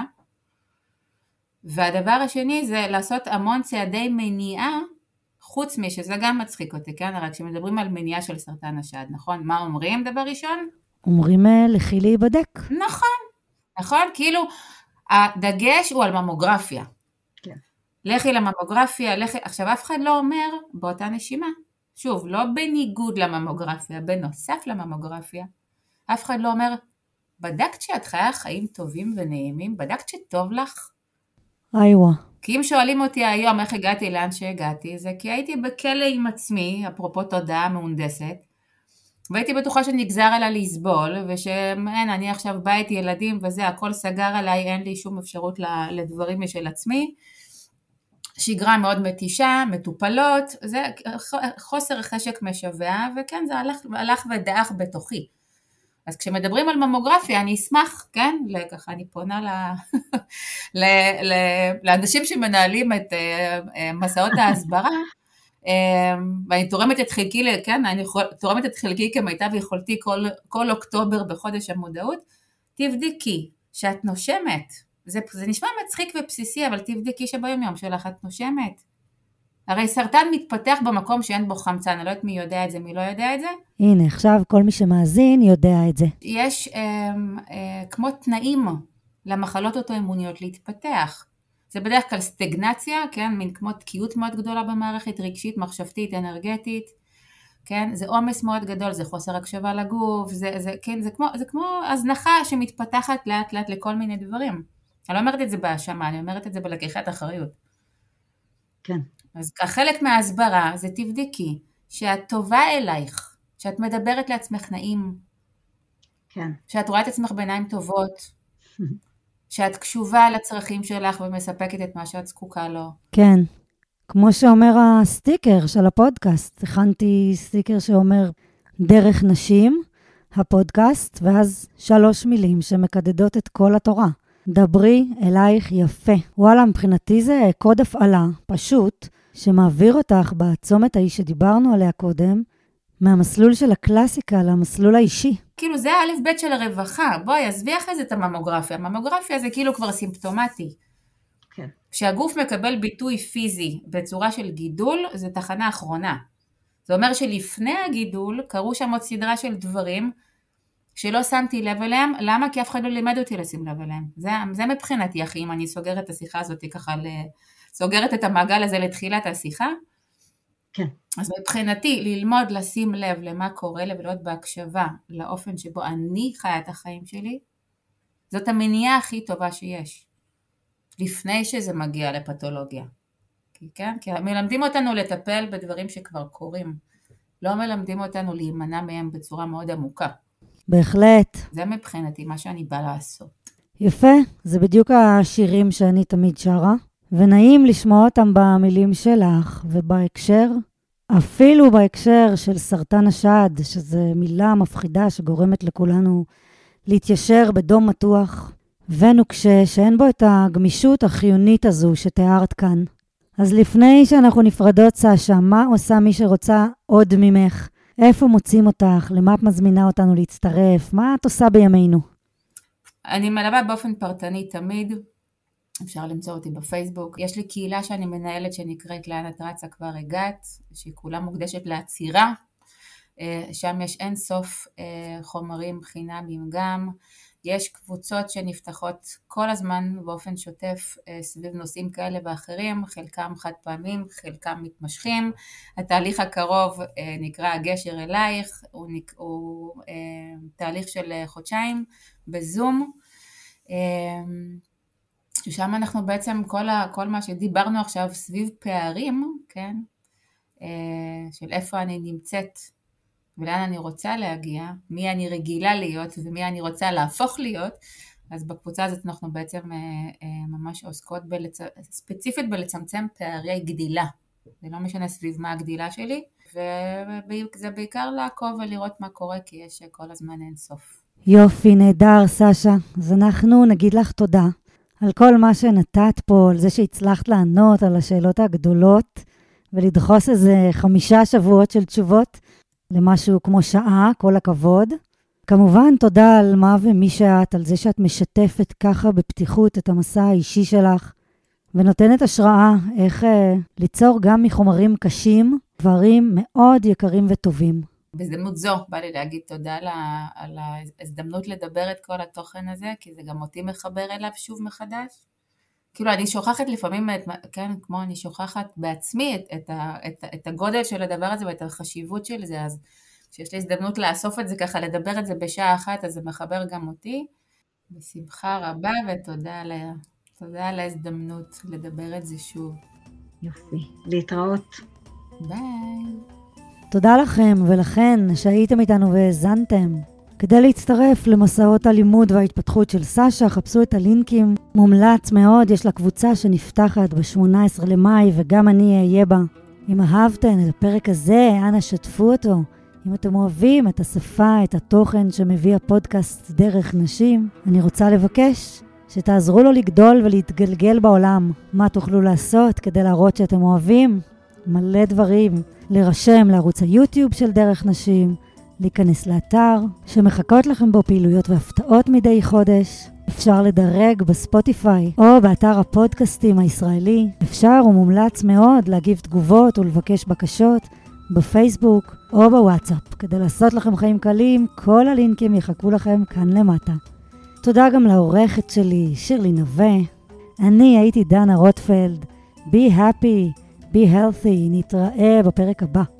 והדבר השני זה לעשות המון צעדי מניעה, חוץ שזה גם מצחיק אותי, כן? רק כשמדברים על מניעה של סרטן השד, נכון? מה אומרים דבר ראשון? אומרים לכי להיבדק. נכון, כאילו הדגש הוא על ממוגרפיה. כן. לכי לממוגרפיה, עכשיו אף אחד לא אומר באותה נשימה, שוב, לא בניגוד לממוגרפיה, בנוסף לממוגרפיה. אף אחד לא אומר, בדקת שאת חיה חיים טובים ונעימים? בדקת שטוב לך? איווה. כי אם שואלים אותי היום איך הגעתי לאן שהגעתי, זה כי הייתי בכלא עם עצמי, אפרופו תודעה מהונדסת, והייתי בטוחה שנגזר עליי לסבול, ושאין, אני עכשיו בית ילדים וזה, הכל סגר עליי, אין לי שום אפשרות לדברים משל עצמי, שגרה מאוד מתישה, מטופלות, זה חוסר חשק משווע, וכן, זה הלך ודעך בתוכי. אז כשמדברים על ממוגרפיה, אני אשמח, כן, ככה אני פונה לאנשים שמנהלים את מסעות ההסברה, ואני תורמת את חלקי, כן, אני תורמת את חלקי כמיטב יכולתי כל אוקטובר בחודש המודעות, תבדקי שאת נושמת, זה נשמע מצחיק ובסיסי, אבל תבדקי שביום יום שלך את נושמת. הרי סרטן מתפתח במקום שאין בו חמצן, אני לא יודעת מי יודע את זה, מי לא יודע את זה. הנה, עכשיו כל מי שמאזין יודע את זה. יש כמו תנאים למחלות אוטואימוניות להתפתח. זה בדרך כלל סטגנציה, כן, מין כמו תקיעות מאוד גדולה במערכת, רגשית, מחשבתית, אנרגטית, כן, זה עומס מאוד גדול, זה חוסר הקשבה לגוף, כן, זה כמו הזנחה שמתפתחת לאט לאט לכל מיני דברים. אני לא אומרת את זה בהאשמה, אני אומרת את זה בלקיחת אחריות. כן. אז חלק מההסברה זה תבדקי שאת טובה אלייך, שאת מדברת לעצמך נעים, כן. שאת רואה את עצמך בעיניים טובות, שאת קשובה לצרכים שלך ומספקת את מה שאת זקוקה לו. כן. כמו שאומר הסטיקר של הפודקאסט, הכנתי סטיקר שאומר דרך נשים, הפודקאסט, ואז 3 מילים שמקדדות את כל התורה. דברי אלייך יפה. וואלה, מבחינתי זה קוד הפעלה, פשוט, שמעביר אותך בצומת האיש שדיברנו עליה קודם, מהמסלול של הקלאסיקה למסלול האישי. כאילו זה האלף בית של הרווחה, בואי, עזבי אחרי זה את הממוגרפיה. הממוגרפיה זה כאילו כבר סימפטומטי. כן. כשהגוף מקבל ביטוי פיזי בצורה של גידול, זה תחנה אחרונה. זה אומר שלפני הגידול קרו שם עוד סדרה של דברים שלא שמתי לב אליהם. למה? כי אף אחד לא לימד אותי לשים לב אליהם. זה מבחינתי, אחי, אם אני סוגרת את השיחה הזאת ככה, סוגרת את המעגל הזה לתחילת השיחה. כן. אז מבחינתי, ללמוד לשים לב למה קורה לי ולהיות בהקשבה לאופן שבו אני חיה את החיים שלי, זאת המניעה הכי טובה שיש. לפני שזה מגיע לפתולוגיה. כן? כי מלמדים אותנו לטפל בדברים שכבר קורים. לא מלמדים אותנו להימנע מהם בצורה מאוד עמוקה. בהחלט. זה מבחינתי מה שאני באה לעשות. יפה, זה בדיוק השירים שאני תמיד שרה, ונעים לשמוע אותם במילים שלך, ובהקשר, אפילו בהקשר של סרטן השד, שזו מילה מפחידה שגורמת לכולנו להתיישר בדום מתוח, ונוקשה שאין בו את הגמישות החיונית הזו שתיארת כאן. אז לפני שאנחנו נפרדות, סשה, מה עושה מי שרוצה עוד ממך? איפה מוצאים אותך? למה את מזמינה אותנו להצטרף? מה את עושה בימינו? אני מלווה באופן פרטני תמיד, אפשר למצוא אותי בפייסבוק. יש לי קהילה שאני מנהלת שנקראת לאן את רצה כבר הגעת, שהיא כולה מוקדשת לעצירה. שם יש אין סוף חומרים חינמיים גם. יש קבוצות שנפתחות כל הזמן באופן שוטף סביב נושאים כאלה ואחרים, חלקם חד פעמים, חלקם מתמשכים. התהליך הקרוב נקרא הגשר אלייך, הוא תהליך של חודשיים בזום, ששם אנחנו בעצם כל מה שדיברנו עכשיו סביב פערים, כן? של איפה אני נמצאת ולאן אני רוצה להגיע, מי אני רגילה להיות ומי אני רוצה להפוך להיות, אז בקבוצה הזאת אנחנו בעצם ממש עוסקות ספציפית בלצמצם פערי גדילה. זה לא משנה סביב מה הגדילה שלי, וזה בעיקר לעקוב ולראות מה קורה, כי יש כל הזמן אין סוף. יופי, נהדר, סשה. אז אנחנו נגיד לך תודה על כל מה שנתת פה, על זה שהצלחת לענות על השאלות הגדולות, ולדחוס איזה 5 שבועות של תשובות, למשהו כמו שעה, כל הכבוד. כמובן, תודה על מה ומי שאת, על זה שאת משתפת ככה בפתיחות את המסע האישי שלך, ונותנת השראה איך ליצור גם מחומרים קשים, דברים מאוד יקרים וטובים. בהזדמנות זו, בא לי להגיד תודה על ההזדמנות לדבר את כל התוכן הזה, כי זה גם אותי מחבר אליו שוב מחדש, כאילו אני שוכחת לפעמים, כן, כמו אני שוכחת בעצמי את הגודל של הדבר הזה ואת החשיבות של זה, אז כשיש לי הזדמנות לאסוף את זה ככה, לדבר את זה בשעה אחת, אז זה מחבר גם אותי. בשמחה רבה תודה על ההזדמנות לדבר את זה שוב. יופי, להתראות. ביי. תודה לכם ולכן שהייתם איתנו והאזנתם. כדי להצטרף למסעות הלימוד וההתפתחות של סשה, חפשו את הלינקים. מומלץ מאוד, יש לה קבוצה שנפתחת ב-18 למאי וגם אני אהיה בה. אם אהבתם את הפרק הזה, אנא שתפו אותו. אם אתם אוהבים את השפה, את התוכן שמביא הפודקאסט דרך נשים, אני רוצה לבקש שתעזרו לו לגדול ולהתגלגל בעולם. מה תוכלו לעשות כדי להראות שאתם אוהבים? מלא דברים. להירשם לערוץ היוטיוב של דרך נשים, להיכנס לאתר שמחכות לכם בו פעילויות והפתעות מדי חודש. אפשר לדרג בספוטיפיי או באתר הפודקאסטים הישראלי. אפשר ומומלץ מאוד להגיב תגובות ולבקש בקשות בפייסבוק או בוואטסאפ. כדי לעשות לכם חיים קלים, כל הלינקים יחכו לכם כאן למטה. תודה גם לעורכת שלי, שירלי נווה. אני הייתי דנה רוטפלד. Be happy, be healthy. נתראה בפרק הבא.